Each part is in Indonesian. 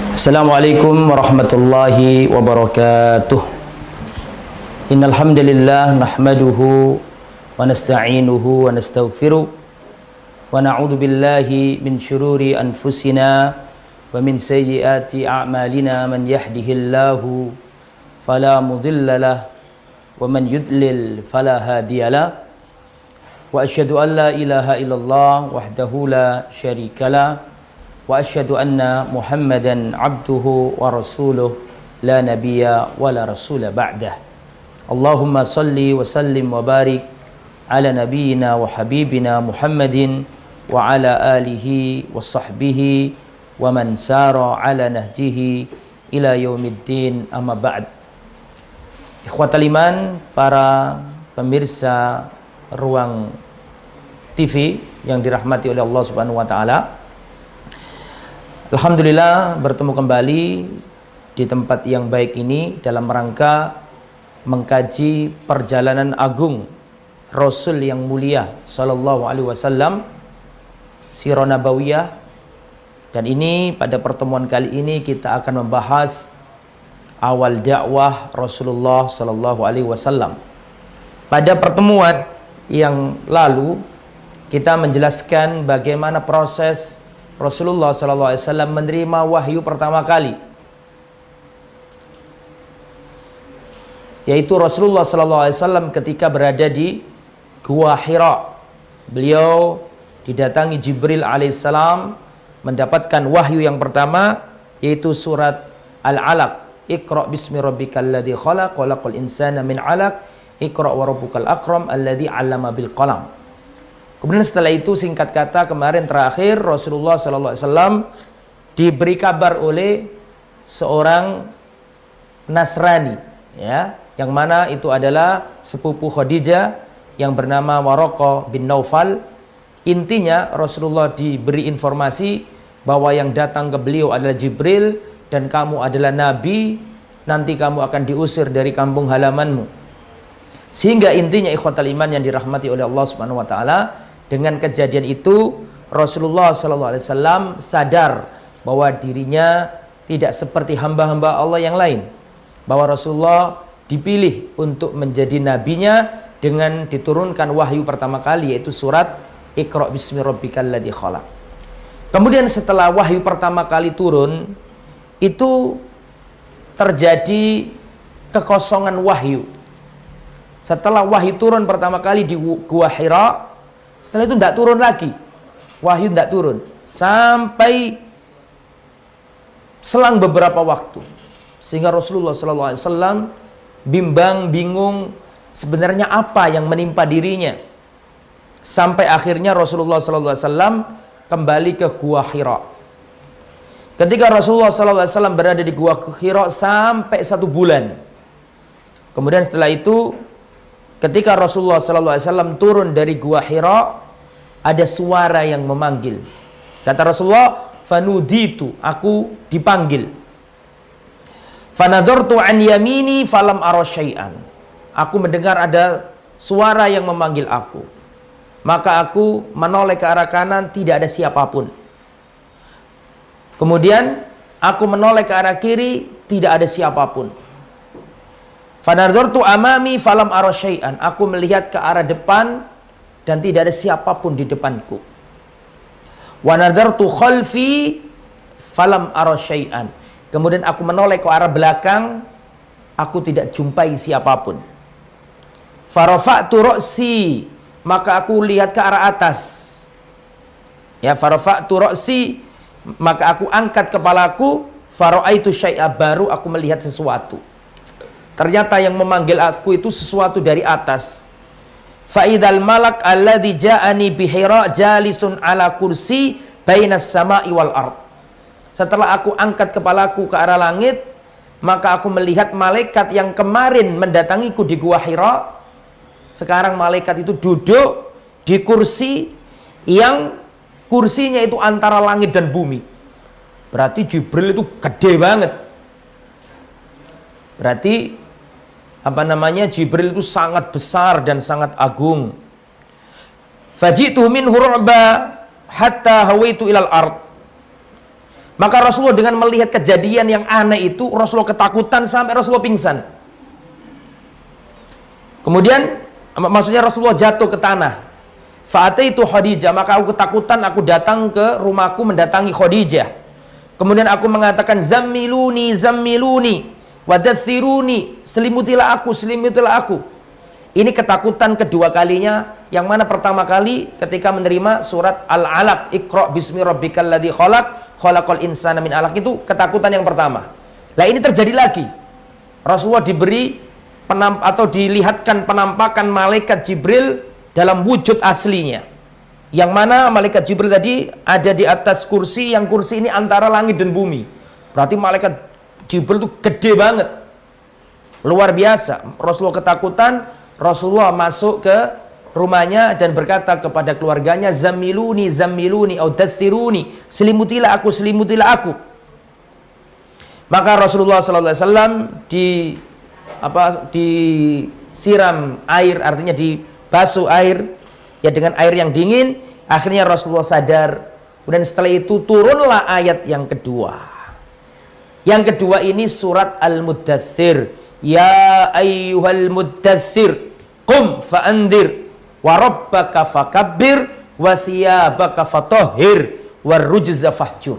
Assalamualaikum warahmatullahi wabarakatuh. Innal hamdalillah nahmaduhu wa nasta'inuhu wa nastaghfiruh wa na'udzu billahi min syururi anfusina wa min sayyiati a'malina. Man yahdihillahu fala mudhillalah wa man yudlil fala hadiyalah. Wa asyhadu an la ilaha illallah wahdahu la syarikalah wa asyhadu anna Muhammadan abduhu wa rasuluh la nabiyya wa la rasula ba'dah. Allahumma salli wa sallim wa barik ala nabiyyina wa habibina Muhammadin wa ala alihi wa sahbihi wa man sara ala nahjihi ila yaumiddin, amma ba'd. Ikhwatal iman, para pemirsa Ruang TV yang dirahmati oleh Allah Subhanahu wa taala. Alhamdulillah bertemu kembali di tempat yang baik ini dalam rangka mengkaji perjalanan agung Rasul yang mulia sallallahu alaihi wasallam, sirah nabawiyah. Dan ini pada pertemuan kali ini kita akan membahas awal dakwah Rasulullah sallallahu alaihi wasallam. Pada pertemuan yang lalu kita menjelaskan bagaimana proses Rasulullah SAW menerima wahyu pertama kali, yaitu Rasulullah SAW ketika berada di Gua Hira. Beliau didatangi Jibril alaihissalam, mendapatkan wahyu yang pertama, yaitu surat Al-Alaq. Iqra bismi rabbikal ladzi khalaq, khalaqal insana min 'alaq, Iqra wa rabbukal akram alladzi 'allama bil qalam. Kemudian setelah itu, singkat kata, kemarin terakhir Rasulullah SAW diberi kabar oleh seorang Nasrani, ya, yang mana itu adalah sepupu Khadijah yang bernama Waraqah bin Naufal. Intinya Rasulullah diberi informasi bahwa yang datang ke beliau adalah Jibril dan kamu adalah nabi, nanti kamu akan diusir dari kampung halamanmu. Sehingga intinya ikhwatal iman yang dirahmati oleh Allah Subhanahu wa taala, dengan kejadian itu Rasulullah SAW sadar bahwa dirinya tidak seperti hamba-hamba Allah yang lain, bahwa Rasulullah dipilih untuk menjadi nabinya dengan diturunkan wahyu pertama kali, yaitu surat Iqra bismi rabbikal ladzi khalaq. Kemudian setelah wahyu pertama kali turun, itu terjadi kekosongan wahyu. Setelah wahyu turun pertama kali di Gua Hira, setelah itu tidak turun lagi, wahyu tidak turun sampai selang beberapa waktu, sehingga Rasulullah SAW bimbang, bingung sebenarnya apa yang menimpa dirinya, sampai akhirnya Rasulullah SAW kembali ke Gua Hira. Ketika Rasulullah SAW berada di Gua Hira sampai 1 bulan, kemudian setelah itu ketika Rasulullah SAW turun dari Gua Hira, ada suara yang memanggil. Kata Rasulullah, fanuditu, aku dipanggil. Fanadhartu an yamini falam ara syai'an. Aku mendengar ada suara yang memanggil aku. Maka aku menoleh ke arah kanan, tidak ada siapapun. Kemudian aku menoleh ke arah kiri, tidak ada siapapun. Fanadhartu amami falam ara syai'an. Aku melihat ke arah depan dan tidak ada siapapun di depanku. Wa nadhartu khalfi falam ara syai'an. Kemudian aku menoleh ke arah belakang, aku tidak jumpai siapapun. Farafa'tu ra'si, maka aku lihat ke arah atas. Ya, farafa'tu ra'si, maka aku angkat kepalaku, fara'aitu syai'a, baru aku melihat sesuatu. Ternyata yang memanggil aku itu sesuatu dari atas. Fa'idal malak alladzi ja'ani bihira jalisun ala kursi bainas sama'i wal ard. Setelah aku angkat kepalaku ke arah langit, maka aku melihat malaikat yang kemarin mendatangiku di Gua Hira. Sekarang malaikat itu duduk di kursi yang kursinya itu antara langit dan bumi. Berarti Jibril itu gede banget. Berarti Jibril itu sangat besar dan sangat agung. Faji'tu min hur'ba hatta hawaitu ilal ard. Maka Rasulullah dengan melihat kejadian yang aneh itu, Rasulullah ketakutan sampai Rasulullah pingsan. Kemudian maksudnya Rasulullah jatuh ke tanah. Fa'ataitu Khadijah, maka aku ketakutan, aku datang ke rumahku mendatangi Khadijah. Kemudian aku mengatakan, zammiluni, zammiluni, wadathiruni, selimutilah aku, selimutilah aku. Ini ketakutan kedua kalinya, yang mana pertama kali ketika menerima surat Al-Alaq, Iqra bismi rabbikal ladzi khalaq, khalaqal insana min 'alaq, itu ketakutan yang pertama. Nah, ini terjadi lagi. Rasulullah diberi atau dilihatkan penampakan malaikat Jibril dalam wujud aslinya. Yang mana malaikat Jibril tadi ada di atas kursi, yang kursi ini antara langit dan bumi. Berarti malaikat Jibril itu gede banget. Luar biasa. Rasulullah ketakutan, Rasulullah masuk ke rumahnya dan berkata kepada keluarganya, zammiluni, zammiluni, au dathiruni, selimutilah aku, selimutilah aku. Maka Rasulullah SAW disiram air, artinya dibasuh air, ya dengan air yang dingin. Akhirnya Rasulullah sadar. Kemudian setelah itu turunlah ayat yang kedua. Yang kedua ini surat Al-Muddathir. Ya ayyuhal muddathir, qum fa'andir, wa rabbaka fakabbir, wa thiyabaka fatahhir, wa rujza fahjur.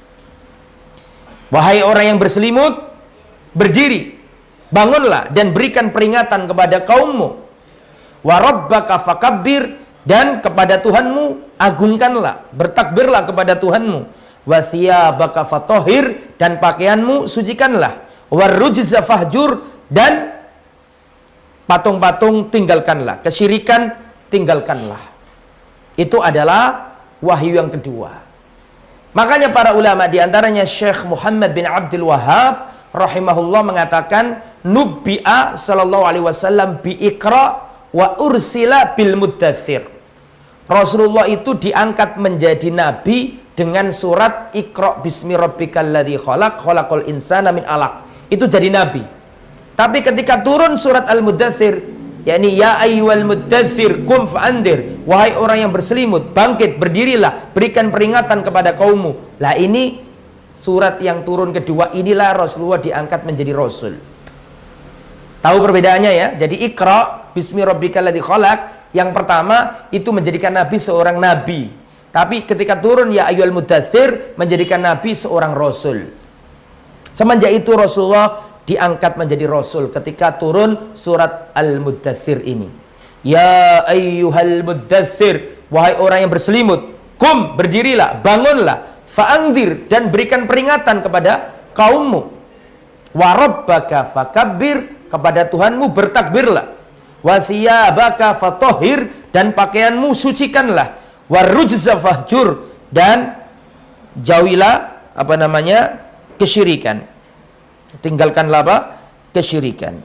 Wahai orang yang berselimut, berdiri, bangunlah dan berikan peringatan kepada kaummu. Wa rabbaka fakabbir, dan kepada Tuhanmu agungkanlah, bertakbirlah kepada Tuhanmu. Wa thiyabaka fatahhir, dan pakaianmu sucikanlah. Warrujza fahjur, dan patung-patung tinggalkanlah, kesyirikan tinggalkanlah. Itu adalah wahyu yang kedua. Makanya para ulama, diantaranya Syekh Muhammad bin Abdul Wahhab rahimahullah mengatakan, nubbi'a sallallahu alaihi wasallam bi Iqra wa ursila bil Muddathir. Rasulullah itu diangkat menjadi nabi dengan surat Iqra bismi rabbikal ladzi khalaq, khalaqal insana min 'alaq. Itu jadi nabi. Tapi ketika turun surat Al-Muddathir, yakni ya ayyuhal muddathir qum fa'andir, wahai orang yang berselimut, bangkit, berdirilah, berikan peringatan kepada kaummu. Lah ini surat yang turun kedua, inilah Rasulullah diangkat menjadi rasul. Tahu perbedaannya ya? Jadi Iqra bismi rabbikal ladzi khalaq, yang pertama itu menjadikan nabi seorang nabi. Tapi ketika turun ya ayyuhal muddathir, menjadikan nabi seorang rasul. Semenjak itu Rasulullah diangkat menjadi Rasul ketika turun surat Al-Muddathir ini. Ya ayyuhal muddathir, wahai orang yang berselimut, kum, berdirilah, bangunlah, fa'anzir, dan berikan peringatan kepada kaummu. Wa rabbaka fakabbir, kepada Tuhanmu bertakbirlah. Wa thiyabaka fatahhir, dan pakaianmu sucikanlah. Wa rujza fahjur, dan jauhilah kesyirikan. Tinggalkanlah apa? Kesyirikan.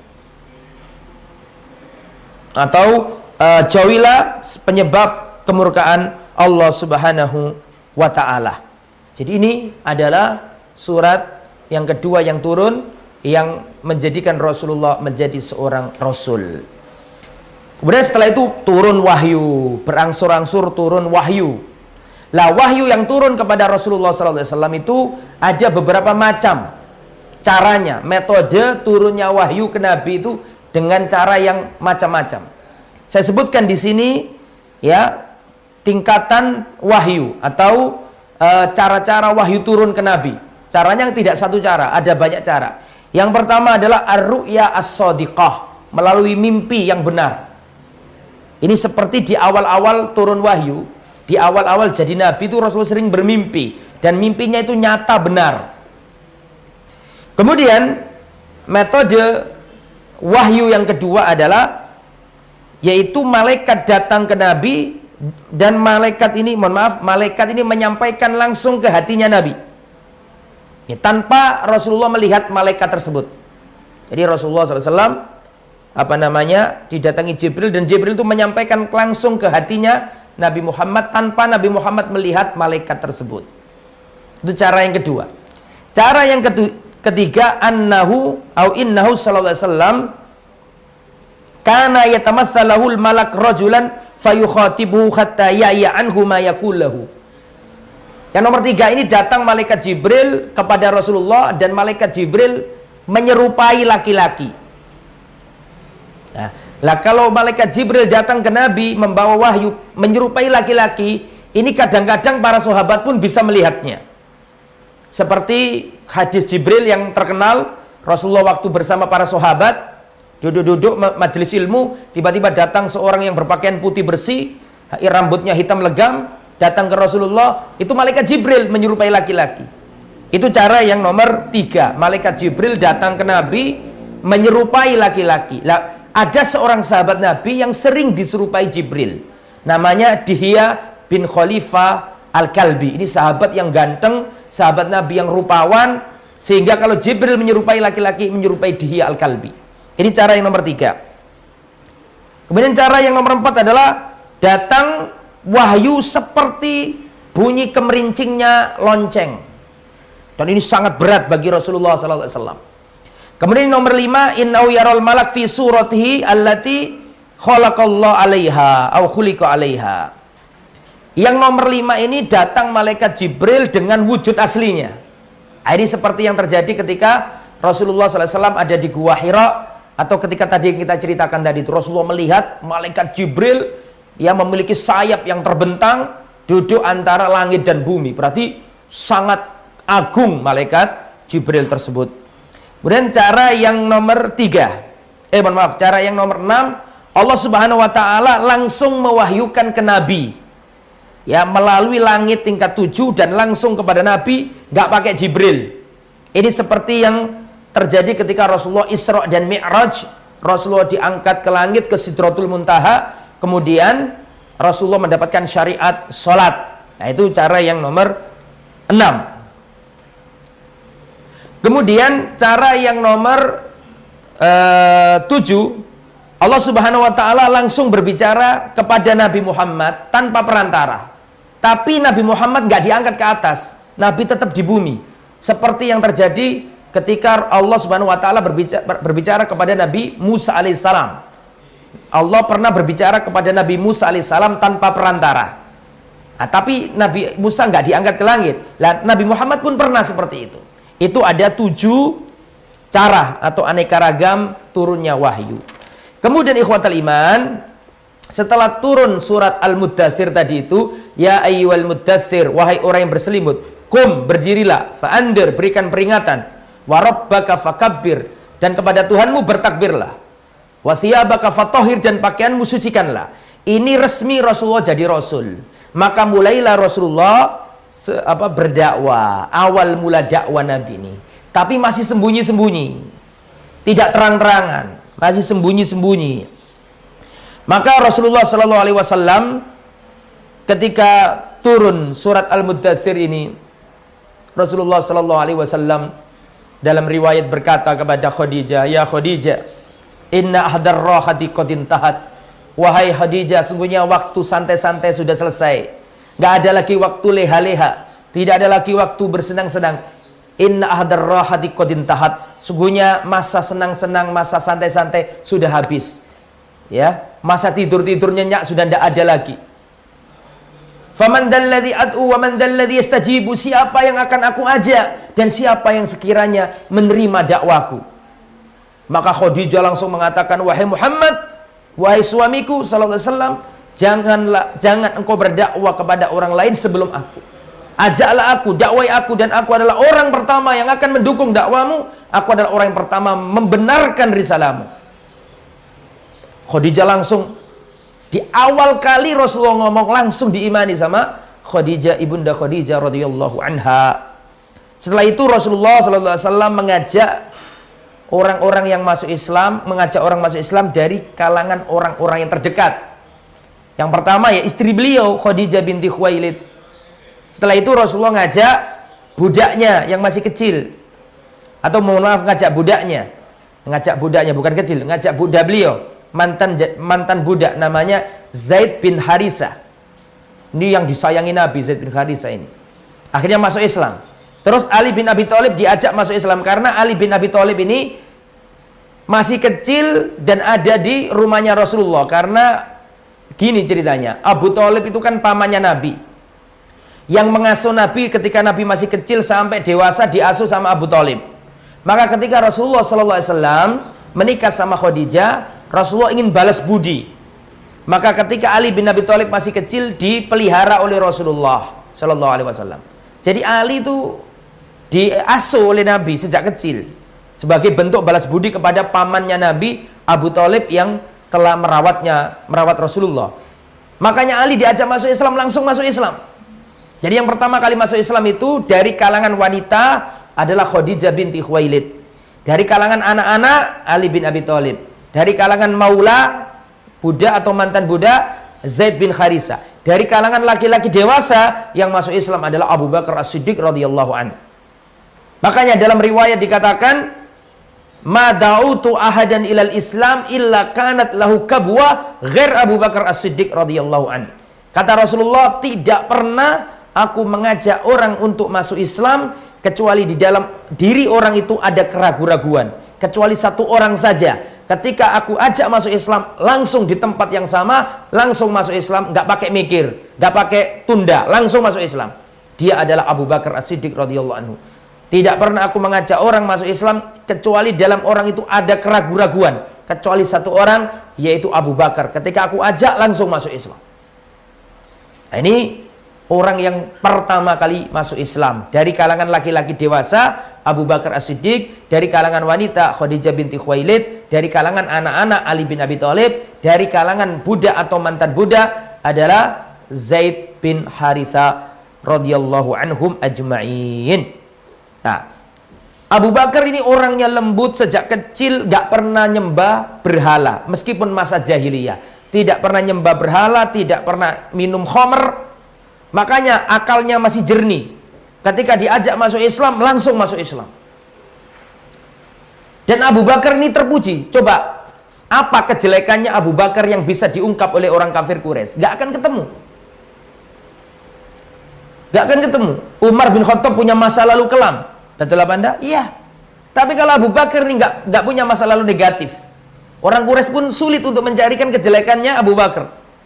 Atau jauhilah penyebab kemurkaan Allah Subhanahu wa ta'ala. Jadi ini adalah surat yang kedua yang turun, yang menjadikan Rasulullah menjadi seorang Rasul. Kemudian setelah itu turun wahyu, berangsur-angsur turun wahyu. Lah wahyu yang turun kepada Rasulullah SAW itu ada beberapa macam caranya. Metode turunnya wahyu ke Nabi itu dengan cara yang macam-macam. Saya sebutkan di sini ya tingkatan wahyu atau cara-cara wahyu turun ke Nabi. Caranya tidak satu cara, ada banyak cara. Yang pertama adalah ar-ru'ya as-shadiqah, melalui mimpi yang benar. Ini seperti di awal-awal turun wahyu. Di awal-awal jadi Nabi itu Rasul sering bermimpi, dan mimpinya itu nyata benar. Kemudian metode wahyu yang kedua adalah yaitu malaikat datang ke Nabi, dan malaikat ini menyampaikan langsung ke hatinya Nabi ya, tanpa Rasulullah melihat malaikat tersebut. Jadi Rasulullah SAW didatangi Jibril, dan Jibril itu menyampaikan langsung ke hatinya Nabi Muhammad tanpa Nabi Muhammad melihat malaikat tersebut. Itu cara yang kedua. Cara yang ketiga, innahu sallallahu alaihi wasallam kana yatamatsalahul malak rajulan fayukhatibuhu hatta ya'ya anhu ma yaqullahu. Yang nomor 3 ini datang malaikat Jibril kepada Rasulullah dan malaikat Jibril menyerupai laki-laki. Nah, kalau malaikat Jibril datang ke Nabi membawa wahyu menyerupai laki-laki, ini kadang-kadang para sahabat pun bisa melihatnya. Seperti hadis Jibril yang terkenal, Rasulullah waktu bersama para sahabat duduk-duduk majelis ilmu, tiba-tiba datang seorang yang berpakaian putih bersih, rambutnya hitam legam, datang ke Rasulullah. Itu malaikat Jibril menyerupai laki-laki. Itu cara yang nomor 3. Malaikat Jibril datang ke Nabi menyerupai laki-laki. Lah, ada seorang sahabat Nabi yang sering diserupai Jibril. Namanya Dihya bin Khalifah Al-Kalbi. Ini sahabat yang ganteng, sahabat Nabi yang rupawan, sehingga kalau Jibril menyerupai laki-laki, menyerupai Dihya Al-Kalbi. Ini cara yang nomor 3. Kemudian cara yang nomor 4 adalah datang wahyu seperti bunyi kemerincingnya lonceng. Dan ini sangat berat bagi Rasulullah SAW. Kemudian nomor 5, innahu yaral malak fi suratihi allati khalaqallahu 'alaiha aw khuliqa 'alaiha. Yang nomor 5 ini datang malaikat Jibril dengan wujud aslinya. Ini seperti yang terjadi ketika Rasulullah SAW ada di Gua Hira, atau ketika tadi yang kita ceritakan tadi itu Rasulullah melihat malaikat Jibril yang memiliki sayap yang terbentang duduk antara langit dan bumi. Berarti sangat agung malaikat Jibril tersebut. Kemudian cara yang nomor 3, cara yang nomor 6, Allah Subhanahu wa taala langsung mewahyukan ke Nabi. Ya, melalui langit tingkat 7 dan langsung kepada Nabi, nggak pakai Jibril. Ini seperti yang terjadi ketika Rasulullah Isra dan Mi'raj. Rasulullah diangkat ke langit ke Sidratul Muntaha, kemudian Rasulullah mendapatkan syariat sholat. Nah, itu cara yang nomor 6. Kemudian cara yang nomor 7, Allah Subhanahu wa taala langsung berbicara kepada Nabi Muhammad tanpa perantara. Tapi Nabi Muhammad nggak diangkat ke atas, Nabi tetap di bumi. Seperti yang terjadi ketika Allah Subhanahu wa taala berbicara kepada Nabi Musa alaihissalam. Allah pernah berbicara kepada Nabi Musa alaihissalam tanpa perantara. Nah, tapi Nabi Musa nggak diangkat ke langit. Nah, Nabi Muhammad pun pernah seperti itu. Itu ada 7 cara atau aneka ragam turunnya wahyu. Kemudian ikhwatal iman, setelah turun surat Al-Muddatsir tadi itu, ya ayyuhal muddatsir, wahai orang yang berselimut, kum, berdirilah, fa'andir, berikan peringatan, wa rabbaka fakabbir, dan kepada Tuhanmu bertakbirlah, wa thiyabaka fatahhir, dan pakaianmu sucikanlah. Ini resmi Rasulullah jadi Rasul. Maka mulailah Rasulullah berdakwah. Awal mula dakwah Nabi ini, tapi masih sembunyi-sembunyi, tidak terang-terangan, masih sembunyi-sembunyi. Maka Rasulullah SAW ketika turun surat Al-Muddatsir ini, Rasulullah SAW dalam riwayat berkata kepada Khadijah, ya Khadijah, inna ahdar rahati qad intahat. Wahai Khadijah, sungguhnya waktu santai-santai sudah selesai. Gak ada lagi waktu leha-leha, tidak ada lagi waktu bersenang-senang. Inna ahdar rahati qad intahat. Sungguhnya masa senang-senang, masa santai-santai sudah habis. Ya, masa tidur-tidur nyenyak sudah tidak ada lagi. Faman dalladzi ad'u wa man dalladzi yastajibu, siapa yang akan aku ajak dan siapa yang sekiranya menerima dakwaku. Maka Khadijah langsung mengatakan, wahai Muhammad, wahai suamiku sallallahu alaihi wasallam, jangan engkau berdakwah kepada orang lain sebelum aku. Ajaklah aku, dakwai aku, dan aku adalah orang pertama yang akan mendukung dakwamu. Aku adalah orang yang pertama membenarkan risalahmu. Khadijah langsung, di awal kali Rasulullah ngomong langsung diimani sama Khadijah, ibunda Khadijah radhiyallahu anha. Setelah itu Rasulullah sallallahu alaihi wasallam mengajak orang-orang yang masuk Islam, mengajak orang masuk Islam dari kalangan orang-orang yang terdekat. Yang pertama ya istri beliau Khadijah binti Khuwailid. Setelah itu Rasulullah ngajak budaknya yang masih kecil, atau mohon maaf ngajak budaknya bukan kecil, ngajak budak beliau, mantan budak namanya Zaid bin Harisah. Ini yang disayangi Nabi, Zaid bin Harisah ini. Akhirnya masuk Islam. Terus Ali bin Abi Thalib diajak masuk Islam karena Ali bin Abi Thalib ini masih kecil dan ada di rumahnya Rasulullah. Karena gini ceritanya, Abu Thalib itu kan pamannya Nabi. yang mengasuh Nabi ketika Nabi masih kecil sampai dewasa diasuh sama Abu Thalib. Maka ketika Rasulullah SAW menikah sama Khadijah, Rasulullah ingin balas budi. Maka ketika Ali bin Abi Thalib masih kecil dipelihara oleh Rasulullah SAW. Jadi Ali itu diasuh oleh Nabi sejak kecil sebagai bentuk balas budi kepada pamannya Nabi, Abu Thalib, yang telah merawat Rasulullah. Makanya Ali diajak masuk Islam, langsung masuk Islam. Jadi yang pertama kali masuk Islam itu dari kalangan wanita adalah Khadijah binti Khuwailid. Dari kalangan anak-anak, Ali bin Abi Thalib. Dari kalangan maula, budak atau mantan budak, Zaid bin Harisah. Dari kalangan laki-laki dewasa yang masuk Islam adalah Abu Bakar As-Siddiq radhiyallahu anhu. Makanya dalam riwayat dikatakan, ma da'utu ahadan ilal Islam illa kanat lahu kabwa ghair Abu Bakar As-Siddiq radhiyallahu anhu. Kata Rasulullah, tidak pernah aku mengajak orang untuk masuk Islam kecuali di dalam diri orang itu ada keraguan-raguan. Kecuali satu orang saja, ketika aku ajak masuk Islam, langsung di tempat yang sama, langsung masuk Islam, nggak pakai mikir, nggak pakai tunda, langsung masuk Islam. Dia adalah Abu Bakar As-Siddiq radhiyallahu anhu. Tidak pernah aku mengajak orang masuk Islam kecuali dalam orang itu ada keraguan-raguan, kecuali satu orang, yaitu Abu Bakar. Ketika aku ajak, langsung masuk Islam. Nah, ini orang yang pertama kali masuk Islam. Dari kalangan laki-laki dewasa, Abu Bakar As-Siddiq. Dari kalangan wanita, Khadijah binti Khuwailid. Dari kalangan anak-anak, Ali bin Abi Thalib. Dari kalangan budak atau mantan budak adalah Zaid bin Haritha radhiyallahu anhum ajma'in. Nah, Abu Bakar ini orangnya lembut sejak kecil, gak pernah nyembah berhala meskipun masa jahiliyah. Tidak pernah nyembah berhala, tidak pernah minum khamr. Makanya akalnya masih jernih. Ketika diajak masuk Islam, langsung masuk Islam. Dan Abu Bakar ini terpuji. Coba, apa kejelekannya Abu Bakar yang bisa diungkap oleh orang kafir Quraisy? Gak akan ketemu. Gak akan ketemu. Umar bin Khattab punya masa lalu kelam. Betul apa Anda? Iya. Tapi kalau Abu Bakar ini gak punya masa lalu negatif. Orang Quraisy pun sulit untuk mencarikan kejelekannya Abu Bakar.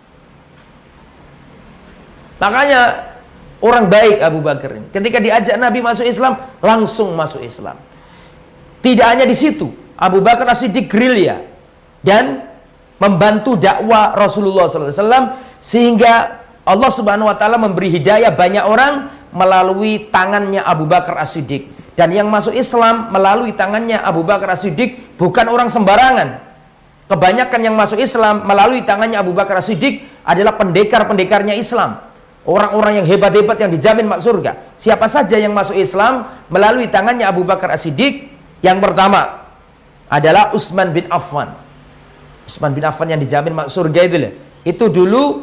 Makanya orang baik Abu Bakar ini. Ketika diajak Nabi masuk Islam, langsung masuk Islam. Tidak hanya di situ, Abu Bakar As-Siddiq gerilya dan membantu dakwah Rasulullah SAW, sehingga Allah Subhanahu Wa Taala memberi hidayah banyak orang melalui tangannya Abu Bakar As-Siddiq. Dan yang masuk Islam melalui tangannya Abu Bakar As-Siddiq bukan orang sembarangan. Kebanyakan yang masuk Islam melalui tangannya Abu Bakar As-Siddiq adalah pendekar-pendekarnya Islam. Orang-orang yang hebat-hebat yang dijamin masuk surga. Siapa saja yang masuk Islam melalui tangannya Abu Bakar As-Siddiq? Yang pertama adalah Utsman bin Affan. Utsman bin Affan yang dijamin masuk surga itu loh. Itu dulu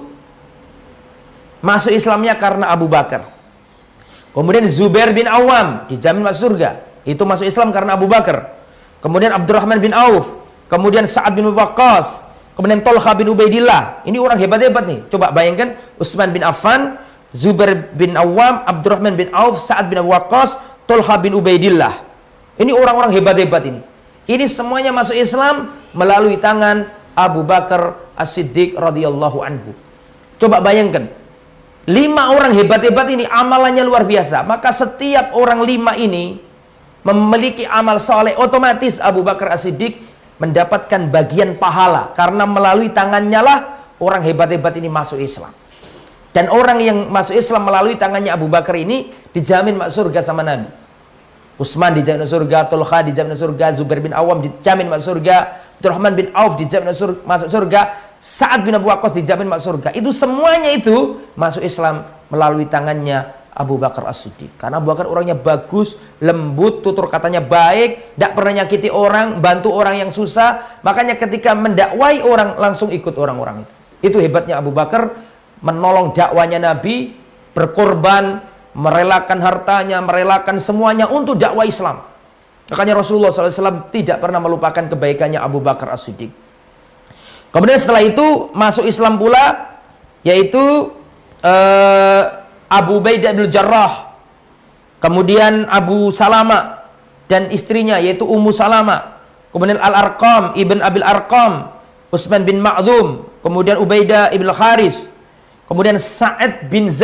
masuk Islamnya karena Abu Bakar. Kemudian Zubair bin Awam dijamin masuk surga. Itu masuk Islam karena Abu Bakar. Kemudian Abdurrahman bin Auf. Kemudian Sa'ad bin Waqqas. Kemudian Tolha bin Ubaidillah. Ini orang hebat-hebat nih. Coba bayangkan, Utsman bin Affan, Zubair bin Awam, Abdurrahman bin Auf, Sa'ad bin Waqqas, Tolha bin Ubaidillah. Ini orang-orang hebat-hebat ini. Ini semuanya masuk Islam melalui tangan Abu Bakar As-Siddiq radhiyallahu anhu. Coba bayangkan, 5 orang hebat-hebat ini amalannya luar biasa. Maka setiap orang 5 ini memiliki amal soleh, otomatis Abu Bakar As-Siddiq mendapatkan bagian pahala, karena melalui tangannya lah orang hebat-hebat ini masuk Islam. Dan orang yang masuk Islam melalui tangannya Abu Bakar ini dijamin masuk surga sama Nabi. Utsman dijamin masuk surga, Tolha dijamin masuk surga, Zubair bin Awam dijamin masuk surga, Abdurrahman bin Auf dijamin masuk surga, Sa'ad bin Abu Waqqas dijamin masuk surga. Itu semuanya itu masuk Islam melalui tangannya Abu Bakar As-Siddiq. Karena Abu Bakar orangnya bagus, lembut, tutur katanya baik, tidak pernah nyakiti orang, bantu orang yang susah. Makanya ketika mendakwai orang, langsung ikut orang-orang itu. Itu hebatnya Abu Bakar, menolong dakwanya Nabi, berkorban, merelakan hartanya, merelakan semuanya untuk dakwah Islam. Makanya Rasulullah SAW tidak pernah melupakan kebaikannya Abu Bakar As-Siddiq. Kemudian setelah itu masuk Islam pula, yaitu Abu Ubaidah bin Jarrah, kemudian Abu Salama dan istrinya yaitu Ummu Salama, kemudian Al-Arqam ibn Abil Arqam, Utsman bin Ma'dhum, kemudian Ubaidah ibn Haris, kemudian Sa'ad bin Zaid,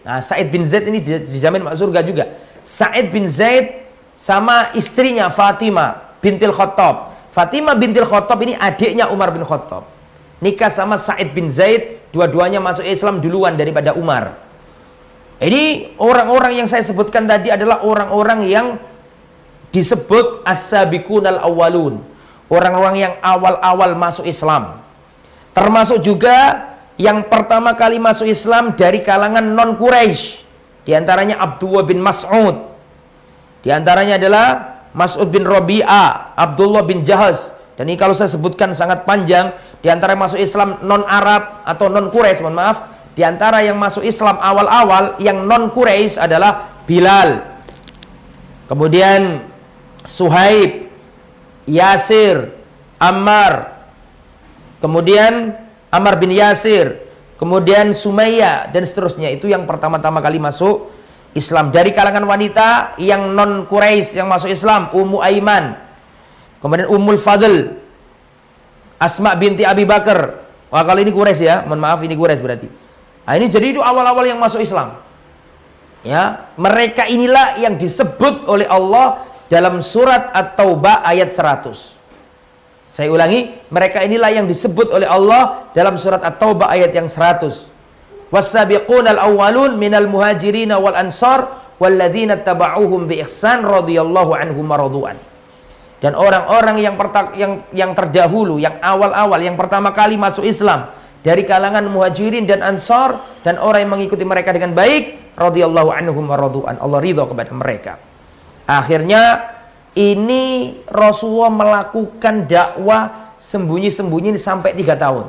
Nah, Sa'id bin Zaid ini dijamin masuk surga juga. Sa'id bin Zaid sama istrinya Fatimah bintil Khattab. Fatimah bintil Khattab ini adiknya Umar bin Khattab. Nikah sama Sa'id bin Zaid, dua-duanya masuk Islam duluan daripada Umar. Ini orang-orang yang saya sebutkan tadi adalah orang-orang yang disebut as-sabiqunal awwalun. Orang-orang yang awal-awal masuk Islam. Termasuk juga yang pertama kali masuk Islam dari kalangan non-Quraisy. Di antaranya Abdullah bin Mas'ud. Di antaranya adalah Mas'ud bin Rabi'ah, Abdullah bin Jahaz. Dan ini kalau saya sebutkan sangat panjang. Di antara yang masuk Islam non-Arab atau non-Quraisy, mohon maaf. Di antara yang masuk Islam awal-awal yang non-Quraisy adalah Bilal. Kemudian Suhaib, Yasir, Ammar. Kemudian Ammar bin Yasir, kemudian Sumayyah dan seterusnya. Itu yang pertama-tama kali masuk Islam. Dari kalangan wanita yang non Quraisy yang masuk Islam, Ummu Aiman, kemudian Ummul Fadl, Asma binti Abi Bakar. Wah, kalau ini Quraisy ya, mohon maaf ini Quraisy berarti. Nah, ini jadi itu awal-awal yang masuk Islam. Ya, mereka inilah yang disebut oleh Allah dalam surat At-Taubah ayat 100. Saya ulangi, mereka inilah yang disebut oleh Allah dalam surat At-Taubah ayat yang 100. Was-sabiqunal awwalun minal muhajirin wal ansar walladzina tabauhum bi ihsan radhiyallahu anhum maradu'an. Dan orang-orang yang terdahulu, yang awal-awal, yang pertama kali masuk Islam dari kalangan muhajirin dan ansar dan orang yang mengikuti mereka dengan baik, radhiyallahu anhum maradu'an. Allah ridha kepada mereka. Akhirnya ini Rasulullah melakukan dakwah sembunyi-sembunyi sampai 3 tahun.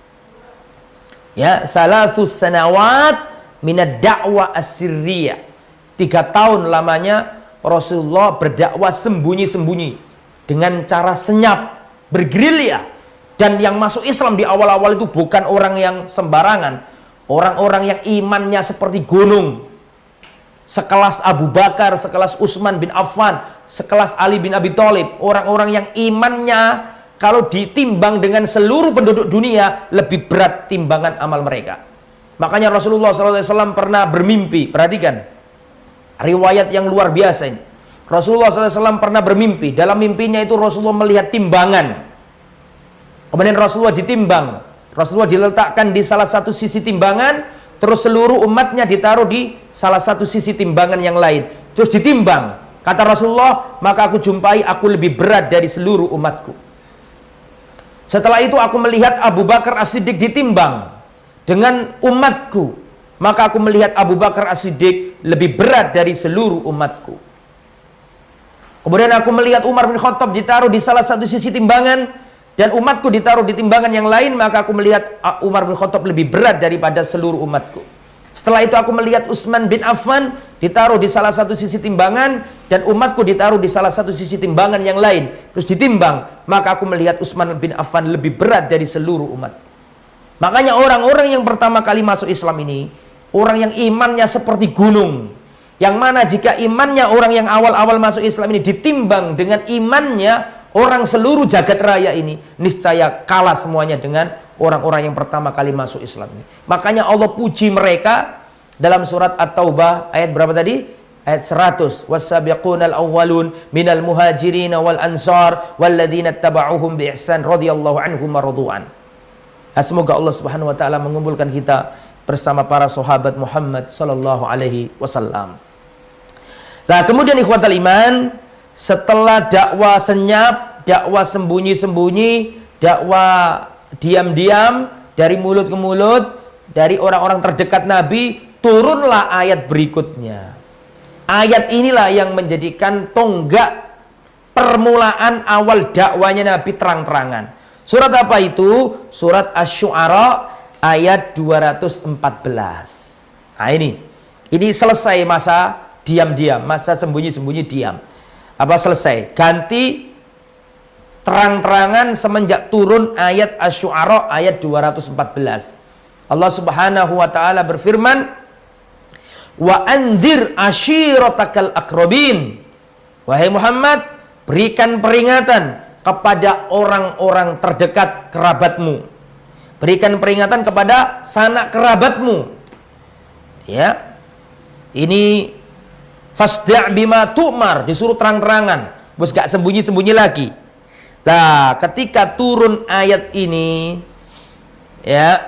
Ya, salasus sanawat minad dakwah as-sirriyah. 3 tahun lamanya Rasulullah berdakwah sembunyi-sembunyi dengan cara senyap, bergerilya. Dan yang masuk Islam di awal-awal itu bukan orang yang sembarangan, orang-orang yang imannya seperti gunung. Sekelas Abu Bakar, sekelas Utsman bin Affan, sekelas Ali bin Abi Thalib. Orang-orang yang imannya kalau ditimbang dengan seluruh penduduk dunia lebih berat timbangan amal mereka. Makanya Rasulullah SAW pernah bermimpi. Perhatikan riwayat yang luar biasa ini. Rasulullah SAW pernah bermimpi. Dalam mimpinya itu Rasulullah melihat timbangan. Kemudian Rasulullah ditimbang. Rasulullah diletakkan di salah satu sisi timbangan. Terus seluruh umatnya ditaruh di salah satu sisi timbangan yang lain. Terus ditimbang. Kata Rasulullah, maka aku jumpai aku lebih berat dari seluruh umatku. Setelah itu aku melihat Abu Bakar As-Siddiq ditimbang dengan umatku. Maka aku melihat Abu Bakar As-Siddiq lebih berat dari seluruh umatku. Kemudian aku melihat Umar bin Khattab ditaruh di salah satu sisi timbangan. Dan umatku ditaruh di timbangan yang lain, maka aku melihat Umar bin Khattab lebih berat daripada seluruh umatku. Setelah itu aku melihat Utsman bin Affan ditaruh di salah satu sisi timbangan, dan umatku ditaruh di salah satu sisi timbangan yang lain. Terus ditimbang, maka aku melihat Utsman bin Affan lebih berat dari seluruh umat. Makanya orang-orang yang pertama kali masuk Islam ini, orang yang imannya seperti gunung. Yang mana jika imannya orang yang awal-awal masuk Islam ini ditimbang dengan imannya orang seluruh jagat raya ini, niscaya kalah semuanya dengan orang-orang yang pertama kali masuk Islam ini. Makanya Allah puji mereka dalam surat At-Taubah ayat berapa tadi? Ayat 100. Was-sabiqunal awwalun minal muhajirin wal ansar walladzina tabauhum bi ihsan radhiyallahu anhum maradu'an. Semoga Allah Subhanahu wa taala mengumpulkan kita bersama para sahabat Muhammad sallallahu alaihi wasallam. Nah, kemudian ikhwatal iman, setelah dakwah senyap, dakwah sembunyi-sembunyi, dakwah diam-diam dari mulut ke mulut, dari orang-orang terdekat Nabi, turunlah ayat berikutnya. Ayat inilah yang menjadikan tonggak permulaan awal dakwanya Nabi terang-terangan. Surat apa itu? Surat Asy-Syu'ara ayat 214. Nah ini selesai masa diam-diam, masa sembunyi-sembunyi diam. Apa selesai? Ganti terang-terangan semenjak turun ayat Asy-Syu'ara ayat 214. Allah Subhanahu wa taala berfirman, "Wa anzir ashiratakal aqrabin." Wahai Muhammad, berikan peringatan kepada orang-orang terdekat kerabatmu. Berikan peringatan kepada sanak kerabatmu. Ya. Ini fasda' bima tu'mar, disuruh terang-terangan, bos gak sembunyi-sembunyi lagi. Nah, ketika turun ayat ini, ya,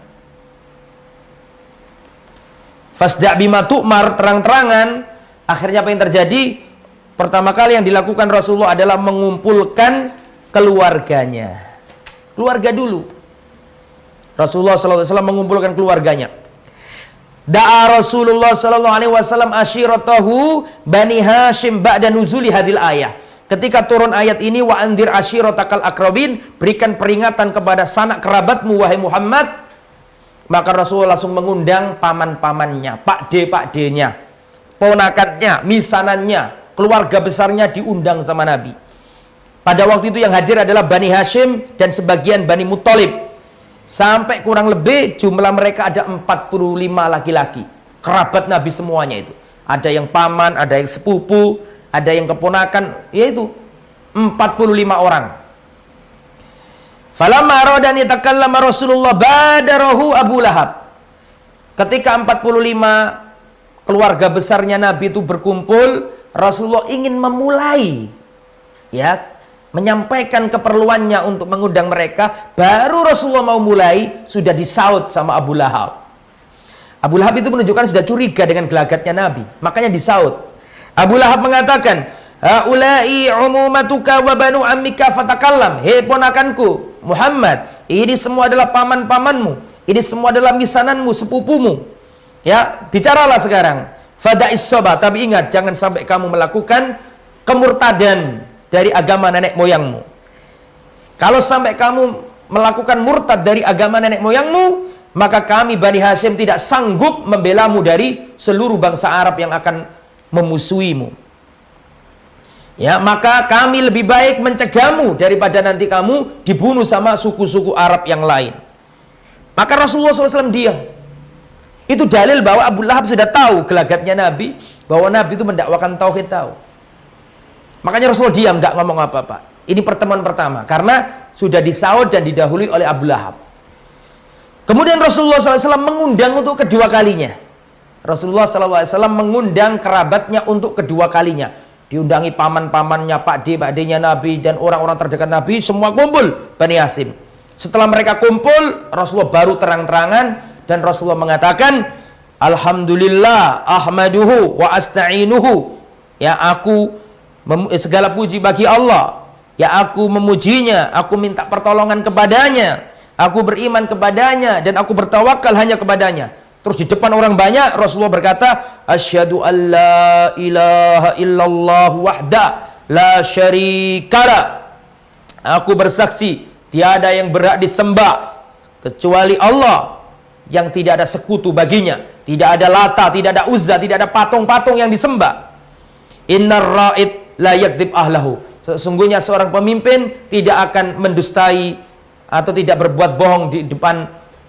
fasda' bima tu'mar, terang-terangan, akhirnya apa yang terjadi? Pertama kali yang dilakukan Rasulullah adalah mengumpulkan keluarganya. Keluarga dulu. Rasulullah SAW mengumpulkan keluarganya. Da'a Rasulullah SAW ashiratahu Bani Hashim ba'da nuzuli hadil ayah. Ketika turun ayat ini, wa andir ashiratakal akrabin, berikan peringatan kepada sanak kerabatmu wahai Muhammad. Maka Rasulullah langsung mengundang paman-pamannya, pakde-pakdenya, ponakannya, misanannya, keluarga besarnya diundang sama Nabi. Pada waktu itu yang hadir adalah Bani Hashim dan sebagian Bani Muttalib. Sampai kurang lebih jumlah mereka ada 45 laki-laki. Kerabat Nabi semuanya itu. Ada yang paman, ada yang sepupu, ada yang keponakan, yaitu 45 orang. Falamma aradan yatakallama Rasulullah badarahu Abu Lahab. Ketika 45 keluarga besarnya Nabi itu berkumpul, Rasulullah ingin memulai, ya, menyampaikan keperluannya untuk mengundang mereka. Baru Rasulullah mau mulai, sudah disaut sama Abu Lahab. Abu Lahab itu menunjukkan sudah curiga dengan gelagatnya Nabi, makanya disaut. Abu Lahab mengatakan, haula'i umumatuka wa banu ammika fatakallam. Hei ponakanku Muhammad, ini semua adalah paman-pamanmu, ini semua adalah misananmu, sepupumu, ya, bicaralah sekarang. Fada'is soba, tapi ingat, jangan sampai kamu melakukan kemurtadan dari agama nenek moyangmu. Kalau sampai kamu melakukan murtad dari agama nenek moyangmu, maka kami Bani Hashim tidak sanggup membelamu dari seluruh bangsa Arab yang akan memusuhimu. Ya, maka kami lebih baik mencegahmu daripada nanti kamu dibunuh sama suku-suku Arab yang lain. Maka Rasulullah SAW diam. Itu dalil bahwa Abu Lahab sudah tahu gelagatnya Nabi, bahwa Nabi itu mendakwakan tauhid, tahu. Makanya Rasulullah diam, nggak ngomong apa-apa. Ini pertemuan pertama, karena sudah disaut dan didahului oleh Abu Lahab. Kemudian Rasulullah SAW mengundang untuk kedua kalinya. Rasulullah SAW mengundang kerabatnya untuk kedua kalinya. Diundangi paman-pamannya, pakde-pakdenya Nabi, dan orang-orang terdekat Nabi, semua kumpul, Bani Hashim. Setelah mereka kumpul, Rasulullah baru terang-terangan, dan Rasulullah mengatakan, Alhamdulillah, ahmaduhu wa asta'inuhu. Ya, aku segala puji bagi Allah. Ya, aku memujinya, aku minta pertolongan kepadanya, aku beriman kepadanya, dan aku bertawakal hanya kepadanya. Terus di depan orang banyak Rasulullah berkata, asyhadu an la ilaha illallah wahda la syarikala. Aku bersaksi tiada yang berhak disembah kecuali Allah, yang tidak ada sekutu baginya. Tidak ada Lata, tidak ada Uzza, tidak ada patung-patung yang disembah. Innar ra'id la yakdzib ahlahu. Sesungguhnya seorang pemimpin tidak akan mendustai atau tidak berbuat bohong di depan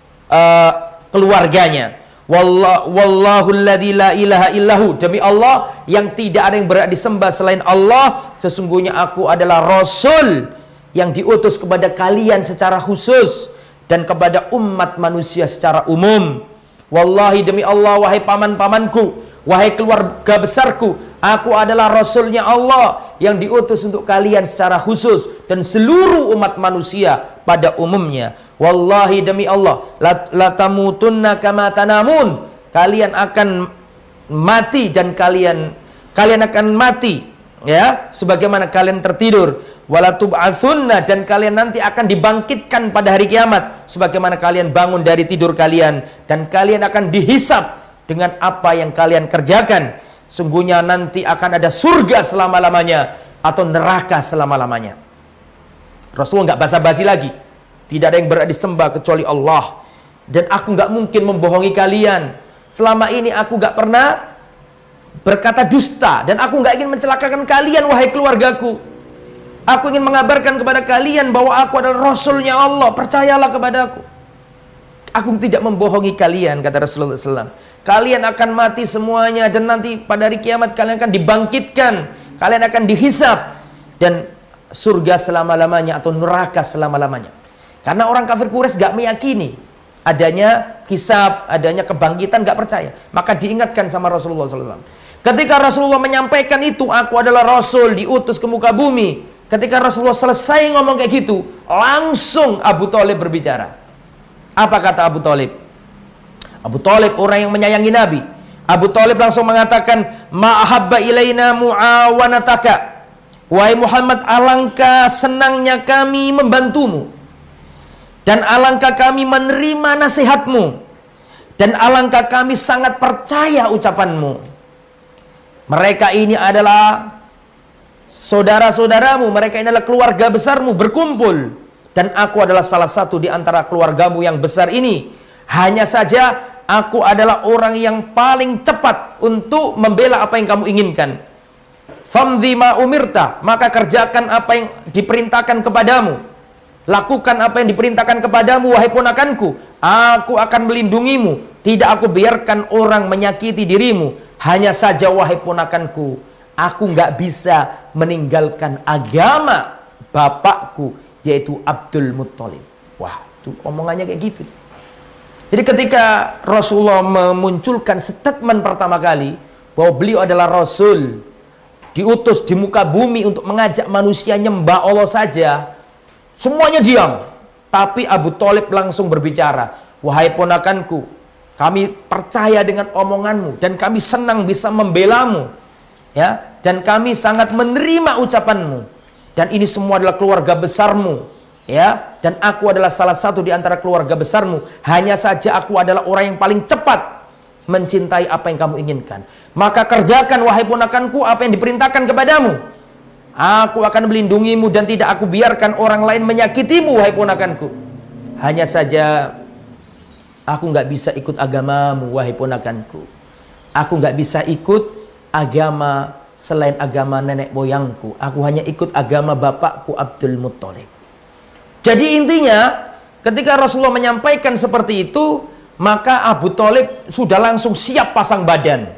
keluarganya. Wallahu alladzi la ilaha illahu. Demi Allah yang tidak ada yang berhak disembah selain Allah, sesungguhnya aku adalah Rasul yang diutus kepada kalian secara khusus dan kepada umat manusia secara umum. Wallahi, demi Allah, wahai paman-pamanku, wahai keluarga besarku, aku adalah Rasulnya Allah yang diutus untuk kalian secara khusus dan seluruh umat manusia pada umumnya. Wallahi, demi Allah, la tamutunna kama tanamun. Kalian akan mati dan kalian akan mati, ya, sebagaimana kalian tertidur. Wala tub'atsunna, dan kalian nanti akan dibangkitkan pada hari kiamat sebagaimana kalian bangun dari tidur kalian, dan kalian akan dihisab dengan apa yang kalian kerjakan. Sungguhnya nanti akan ada surga selama-lamanya atau neraka selama-lamanya. Rasulullah nggak basa-basi lagi. Tidak ada yang berhak disembah kecuali Allah, dan aku nggak mungkin membohongi kalian. Selama ini aku nggak pernah berkata dusta, dan aku nggak ingin mencelakakan kalian, wahai keluargaku. Aku ingin mengabarkan kepada kalian bahwa aku adalah Rasulnya Allah. Percayalah kepada aku. Aku tidak membohongi kalian, kata Rasulullah SAW. Kalian akan mati semuanya, dan nanti pada hari kiamat kalian akan dibangkitkan. Kalian akan dihisab, dan surga selama-lamanya atau neraka selama-lamanya. Karena orang kafir Quraisy gak meyakini adanya hisab, adanya kebangkitan, nggak percaya. Maka diingatkan sama Rasulullah SAW. Ketika Rasulullah menyampaikan itu, aku adalah Rasul diutus ke muka bumi. Ketika Rasulullah selesai ngomong kayak gitu, langsung Abu Thalib berbicara. Apa kata Abu Thalib? Abu Thalib orang yang menyayangi Nabi. Abu Thalib langsung mengatakan, ma'ahabba ilaina mu'awanataka. Wahai Muhammad, alangkah senangnya kami membantumu. Dan alangkah kami menerima nasihatmu. Dan alangkah kami sangat percaya ucapanmu. Mereka ini adalah saudara-saudaramu. Mereka ini adalah keluarga besarmu berkumpul. Dan aku adalah salah satu di antara keluargamu yang besar ini. Hanya saja aku adalah orang yang paling cepat untuk membela apa yang kamu inginkan. Famdhi ma umirta, maka kerjakan apa yang diperintahkan kepadamu. Lakukan apa yang diperintahkan kepadamu, wahai ponakanku. Aku akan melindungimu. Tidak aku biarkan orang menyakiti dirimu. Hanya saja, wahai ponakanku, aku nggak bisa meninggalkan agama bapakku, yaitu Abdul Muttalib. Wah, itu omongannya kayak gitu. Jadi ketika Rasulullah memunculkan statement pertama kali bahwa beliau adalah Rasul diutus di muka bumi untuk mengajak manusia nyembah Allah saja, semuanya diam. Tapi Abu Thalib langsung berbicara, wahai ponakanku, kami percaya dengan omonganmu dan kami senang bisa membelamu, ya, dan kami sangat menerima ucapanmu, dan ini semua adalah keluarga besarmu, ya, dan aku adalah salah satu di antara keluarga besarmu. Hanya saja aku adalah orang yang paling cepat mencintai apa yang kamu inginkan. Maka kerjakan, wahai ponakanku, apa yang diperintahkan kepadamu. Aku akan melindungimu dan tidak aku biarkan orang lain menyakitimu, wahai ponakanku. Hanya saja aku nggak bisa ikut agamamu, wahai ponakanku. Aku nggak bisa ikut agama selain agama nenek moyangku. Aku hanya ikut agama bapakku Abdul Muttalib. Jadi intinya, ketika Rasulullah menyampaikan seperti itu, maka Abu Thalib sudah langsung siap pasang badan.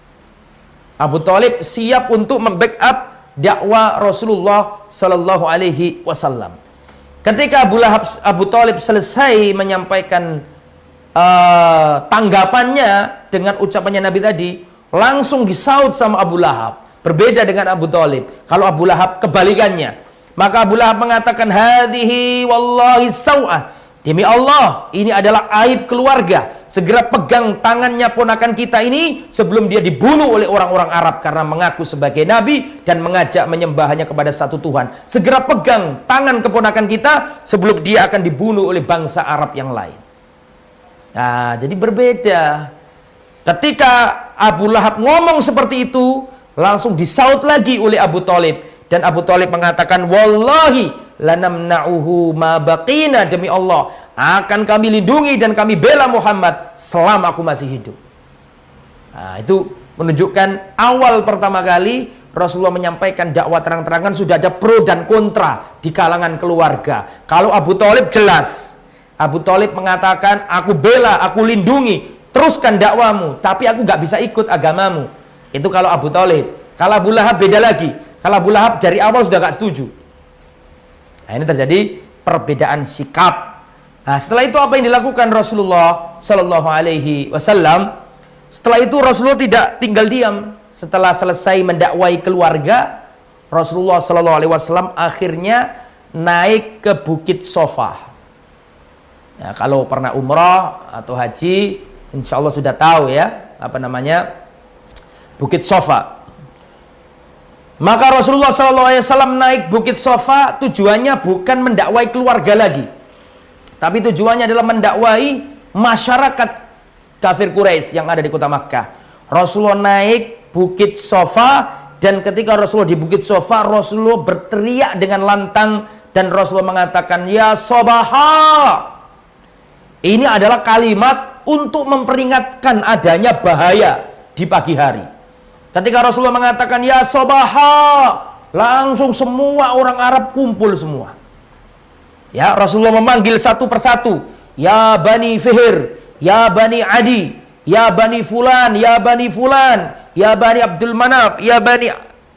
Abu Thalib siap untuk membackup dakwah Rasulullah Sallallahu Alaihi Wasallam. Ketika Abu Thalib selesai menyampaikan tanggapannya dengan ucapannya Nabi tadi, langsung disaut sama Abu Lahab. Berbeda dengan Abu Thalib. Kalau Abu Lahab kebalikannya. Maka Abu Lahab mengatakan, hadhihi wallahi saw'ah. Demi Allah, ini adalah aib keluarga. Segera pegang tangannya ponakan kita ini sebelum dia dibunuh oleh orang-orang Arab karena mengaku sebagai Nabi dan mengajak menyembah hanya kepada satu Tuhan. Segera pegang tangan keponakan kita sebelum dia akan dibunuh oleh bangsa Arab yang lain. Nah, jadi berbeda. Ketika Abu Lahab ngomong seperti itu, langsung disaut lagi oleh Abu Thalib. Dan Abu Thalib mengatakan, wallahi lanamna'uhu ma baqina, demi Allah akan kami lindungi dan kami bela Muhammad selama aku masih hidup. Nah, itu menunjukkan awal pertama kali Rasulullah menyampaikan dakwah terang-terangan sudah ada pro dan kontra di kalangan keluarga. Kalau Abu Thalib jelas, Abu Thalib mengatakan, aku bela, aku lindungi, teruskan dakwamu, tapi aku gak bisa ikut agamamu. Itu kalau Abu Thalib. Kalau Abu Lahab beda lagi. Kalau Abu Lahab dari awal sudah gak setuju. Nah, ini terjadi perbedaan sikap. Nah, setelah itu apa yang dilakukan Rasulullah Sallallahu Alaihi Wasallam? Setelah itu Rasulullah tidak tinggal diam. Setelah selesai mendakwai keluarga, Rasulullah Sallallahu Alaihi Wasallam akhirnya naik ke Bukit Sofa. Ya, kalau pernah umrah atau haji, insya Allah sudah tahu ya apa namanya Bukit Sofa. Maka Rasulullah SAW naik Bukit Sofa tujuannya bukan mendakwai keluarga lagi, tapi tujuannya adalah mendakwai masyarakat kafir Quraisy yang ada di kota Makkah. Rasulullah naik Bukit Sofa, dan ketika Rasulullah di Bukit Sofa, Rasulullah berteriak dengan lantang dan Rasulullah mengatakan, ya Sobaha. Ini adalah kalimat untuk memperingatkan adanya bahaya di pagi hari. Ketika Rasulullah mengatakan ya Sobaha, langsung semua orang Arab kumpul semua. Ya, Rasulullah memanggil satu persatu, ya Bani Fihr, ya Bani Adi, ya Bani Fulan, ya Bani Fulan, ya Bani Abdul Manaf, ya Bani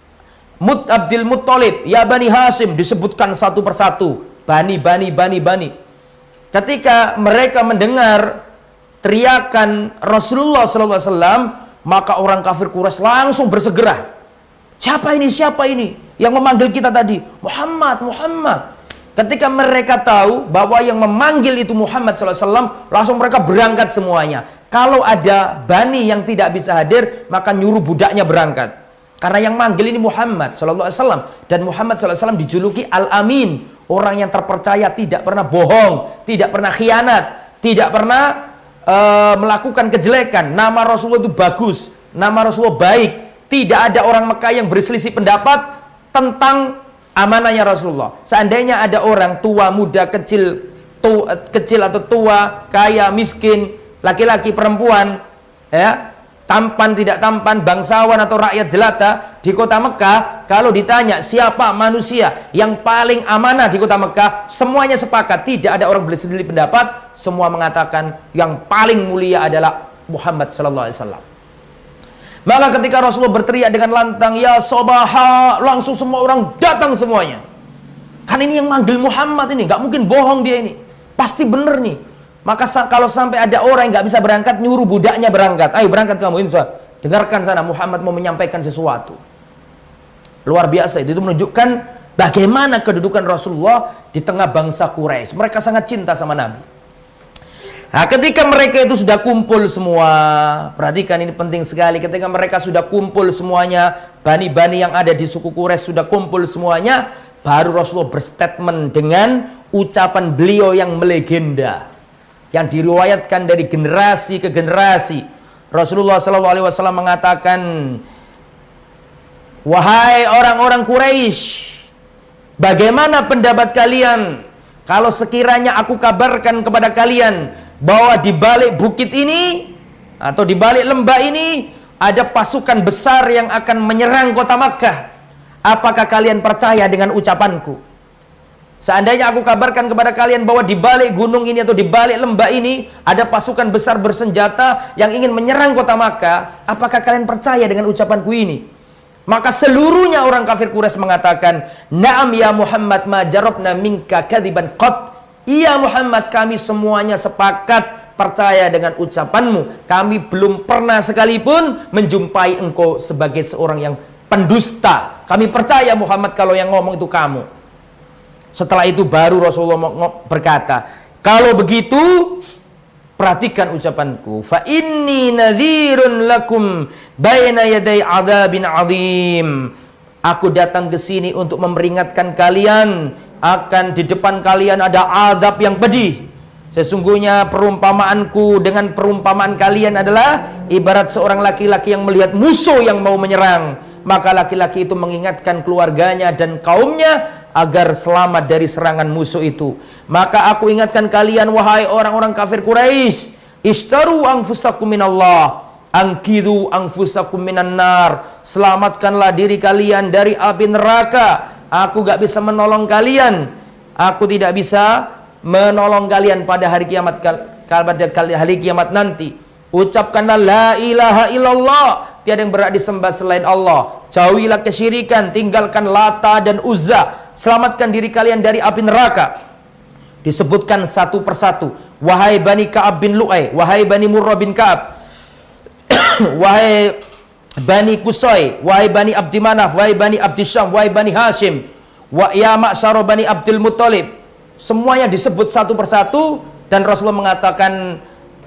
Abdul Muttalib, ya Bani Hasim. Disebutkan satu persatu, Bani. ketika mereka mendengar teriakan Rasulullah sallallahu alaihi wasallam, maka orang kafir Quraisy langsung bersegera. Siapa ini? Siapa ini yang memanggil kita tadi? Muhammad, Muhammad. Ketika mereka tahu bahwa yang memanggil itu Muhammad sallallahu alaihi wasallam, langsung mereka berangkat semuanya. Kalau ada bani yang tidak bisa hadir, maka nyuruh budaknya berangkat. Karena yang manggil ini Muhammad sallallahu alaihi wasallam, dan Muhammad sallallahu alaihi wasallam dijuluki Al-Amin, orang yang terpercaya, tidak pernah bohong, tidak pernah khianat, tidak pernah melakukan kejelekan. Nama Rasulullah itu bagus, nama Rasulullah baik. Tidak ada orang Mekah yang berselisih pendapat tentang amanahnya Rasulullah. Seandainya ada orang tua, muda, kecil atau tua, kaya, miskin, laki-laki, perempuan, ya, tampan, tidak tampan, bangsawan atau rakyat jelata di kota Mekah, kalau ditanya siapa manusia yang paling amanah di kota Mekah, semuanya sepakat, tidak ada orang berselisih pendapat, semua mengatakan yang paling mulia adalah Muhammad sallallahu alaihi wasallam. Maka ketika Rasulullah berteriak dengan lantang, ya Sobaha, langsung semua orang datang semuanya. Kan ini yang manggil Muhammad ini, nggak mungkin bohong dia ini, pasti bener nih. Maka kalau sampai ada orang yang nggak bisa berangkat, nyuruh budaknya berangkat. Ayo berangkat kamu, insya. Dengarkan sana, Muhammad mau menyampaikan sesuatu. Luar biasa, itu menunjukkan bagaimana kedudukan Rasulullah di tengah bangsa Quraisy. Mereka sangat cinta sama Nabi. Nah, ketika mereka itu sudah kumpul semua, perhatikan ini penting sekali. Ketika mereka sudah kumpul semuanya, bani-bani yang ada di suku Quraisy sudah kumpul semuanya, baru Rasulullah berstatement dengan ucapan beliau yang melegenda, yang diriwayatkan dari generasi ke generasi. Rasulullah SAW mengatakan, wahai orang-orang Quraisy, bagaimana pendapat kalian kalau sekiranya aku kabarkan kepada kalian bahwa di balik bukit ini atau di balik lembah ini ada pasukan besar yang akan menyerang kota Makkah? Apakah kalian percaya dengan ucapanku? Seandainya aku kabarkan kepada kalian bahwa di balik gunung ini atau di balik lembah ini ada pasukan besar bersenjata yang ingin menyerang kota Makkah, apakah kalian percaya dengan ucapanku ini? Maka seluruhnya orang kafir Quraisy mengatakan, "Na'am ya Muhammad, ma jarabna minka kadziban qat." Iya Muhammad, kami semuanya sepakat percaya dengan ucapanmu. Kami belum pernah sekalipun menjumpai engkau sebagai seorang yang pendusta. Kami percaya Muhammad kalau yang ngomong itu kamu. Setelah itu baru Rasulullah berkata, kalau begitu perhatikan ucapanku. Fa inni nadhirun lakum baina yaday adzabin adzim. Aku datang ke sini untuk memperingatkan kalian akan di depan kalian ada azab yang pedih. Sesungguhnya perumpamaanku dengan perumpamaan kalian adalah ibarat seorang laki-laki yang melihat musuh yang mau menyerang. Maka laki-laki itu mengingatkan keluarganya dan kaumnya agar selamat dari serangan musuh itu. Maka aku ingatkan kalian, wahai orang-orang kafir Quraisy, ishtaru anfusakum minallah, angkidu anfusakum minan nar. Selamatkanlah diri kalian dari api neraka. Aku gak bisa menolong kalian. Aku tidak bisa menolong kalian pada hari kiamat, hari kiamat nanti. Ucapkanlah la ilaha illallah, tiada yang berhak disembah selain Allah. Jauhilah kesyirikan, tinggalkan Lata dan Uzza. Selamatkan diri kalian dari api neraka. Disebutkan satu persatu. Wahai Bani Ka'ab bin Lu'ay, wahai Bani Murrah bin Ka'ab, wahai Bani Qusay, wahai Bani Abdi Manaf, wahai Bani Abdi Syam, wahai Bani Hashim, wa ya ma'syara Bani Abdul Muttalib. Semuanya disebut satu persatu dan Rasulullah mengatakan,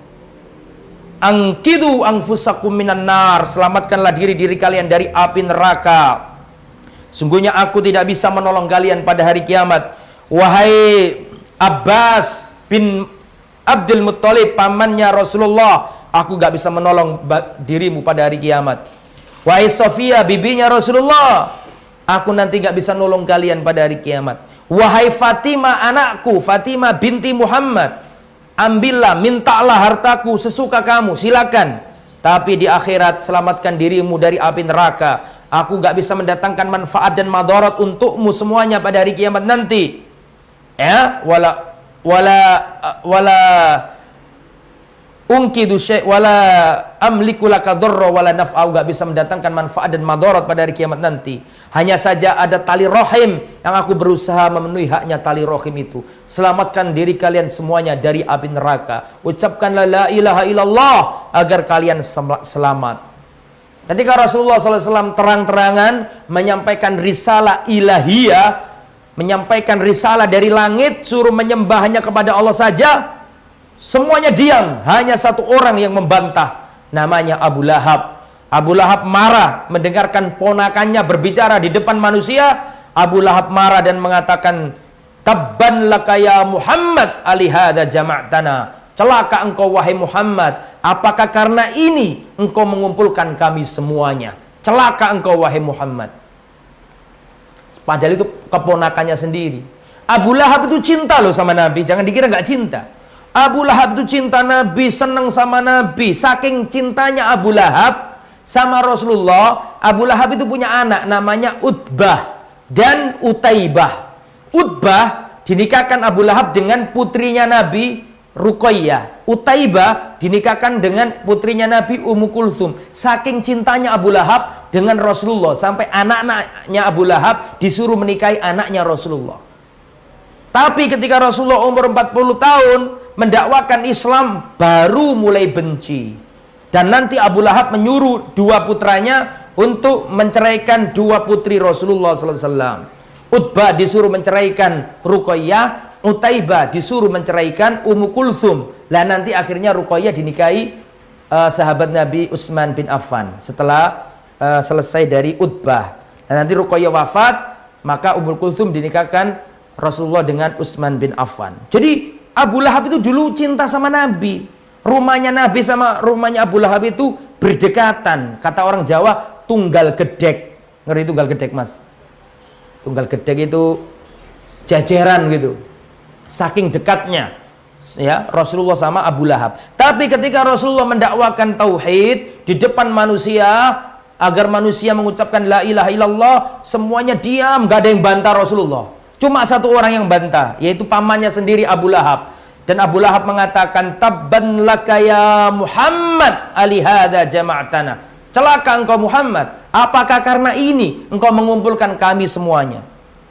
angkidu anfusakum minan nar, selamatkanlah diri-diri kalian dari api neraka. Sungguhnya aku tidak bisa menolong kalian pada hari kiamat. Wahai Abbas bin Abdul Muttalib, pamannya Rasulullah, aku gak bisa menolong dirimu pada hari kiamat. Wahai Sofia, bibinya Rasulullah, aku nanti gak bisa nolong kalian pada hari kiamat. Wahai Fatimah, anakku, Fatimah binti Muhammad, ambillah, mintalah hartaku sesuka kamu, silakan. Tapi di akhirat selamatkan dirimu dari api neraka. Aku gak bisa mendatangkan manfaat dan madarat untukmu semuanya pada hari kiamat nanti. Ya, wala Ungkidu syai' wala amliku laka dharra wala naf'a, enggak bisa mendatangkan manfaat dan madarat pada hari kiamat nanti. Hanya saja ada tali rahim yang aku berusaha memenuhi haknya tali rahim itu. Selamatkan diri kalian semuanya dari api neraka. Ucapkanlah la ilaha illallah agar kalian selamat. Ketika Rasulullah SAW terang-terangan menyampaikan risalah ilahiyah, menyampaikan risalah dari langit, suruh menyembah hanya kepada Allah saja, semuanya diam, hanya satu orang yang membantah, namanya Abu Lahab. Abu Lahab marah mendengarkan ponakannya berbicara di depan manusia. Abu Lahab marah dan mengatakan, tabban laka ya Muhammad alihada jama'tana. Celaka engkau wahai Muhammad, apakah karena ini engkau mengumpulkan kami semuanya? Celaka engkau wahai Muhammad. Padahal itu keponakannya sendiri. Abu Lahab itu cinta loh sama Nabi, jangan dikira nggak cinta. Abu Lahab itu cinta Nabi, senang sama Nabi. Saking cintanya Abu Lahab sama Rasulullah, Abu Lahab itu punya anak namanya Utbah dan Utaibah. Utbah dinikahkan Abu Lahab dengan putrinya Nabi Ruqayyah. Utaibah dinikahkan dengan putrinya Nabi Ummu Kulthum. Saking cintanya Abu Lahab dengan Rasulullah, sampai anak-anaknya Abu Lahab disuruh menikahi anaknya Rasulullah. Tapi ketika Rasulullah umur 40 tahun mendakwakan Islam, baru mulai benci. Dan nanti Abu Lahab menyuruh dua putranya untuk menceraikan dua putri Rasulullah SAW. Utbah disuruh menceraikan Ruqayyah, Utaibah disuruh menceraikan Ummu Kulthum. Lah nanti akhirnya Ruqayyah dinikahi sahabat Nabi Utsman bin Affan setelah selesai dari Utbah. Dan nanti Ruqayyah wafat, maka Ummu Kulthum dinikahkan Rasulullah dengan Utsman bin Affan. Jadi Abu Lahab itu dulu cinta sama Nabi. Rumahnya Nabi sama rumahnya Abu Lahab itu berdekatan. Kata orang Jawa, tunggal gedek. Ngeri tunggal gedek, Mas? Tunggal gedek itu jajaran gitu. Saking dekatnya ya Rasulullah sama Abu Lahab. Tapi ketika Rasulullah mendakwakan tauhid di depan manusia, agar manusia mengucapkan la ilaha illallah, semuanya diam, gak ada yang bantah Rasulullah. Cuma satu orang yang bantah, yaitu pamannya sendiri Abu Lahab. Dan Abu Lahab mengatakan, tabban laka ya Muhammad alihada jama'tana. Celaka engkau Muhammad, apakah karena ini engkau mengumpulkan kami semuanya?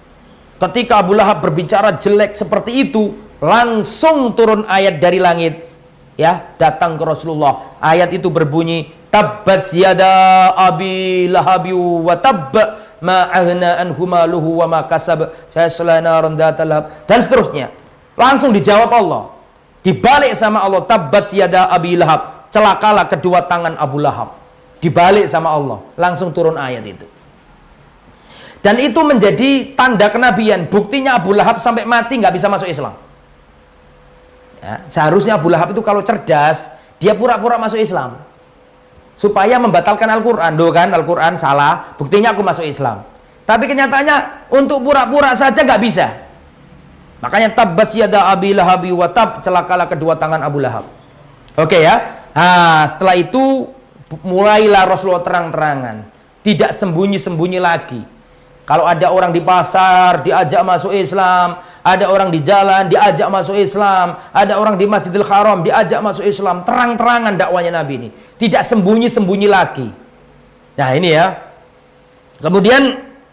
Ketika Abu Lahab berbicara jelek seperti itu, langsung turun ayat dari langit, ya, datang ke Rasulullah. Ayat itu berbunyi, tabbat yada abi lahabi wa tabba ma aghna anhu maluhu wa ma kasab sayasla naran dzatal lahab, dan seterusnya. Langsung dijawab Allah, dibalik sama Allah, tabbat yada abi lahab, celakalah kedua tangan Abu Lahab. Dibalik sama Allah, langsung turun ayat itu. Dan itu menjadi tanda kenabian. Buktinya Abu Lahab sampai mati nggak bisa masuk Islam ya. Seharusnya Abu Lahab itu kalau cerdas, dia pura-pura masuk Islam supaya membatalkan Al-Quran. Doh kan, Al-Quran salah, buktinya aku masuk Islam. Tapi kenyataannya untuk pura-pura saja nggak bisa. Makanya tabbat yada abi lahabi wa tab, celakalah kedua tangan Abu Lahab. Oke ya. Nah, setelah itu mulailah Rasulullah terang-terangan, tidak sembunyi-sembunyi lagi. Kalau ada orang di pasar diajak masuk Islam, ada orang di jalan diajak masuk Islam, ada orang di Masjidil Haram diajak masuk Islam, terang-terangan dakwanya Nabi ini, tidak sembunyi-sembunyi lagi. Nah ini ya. Kemudian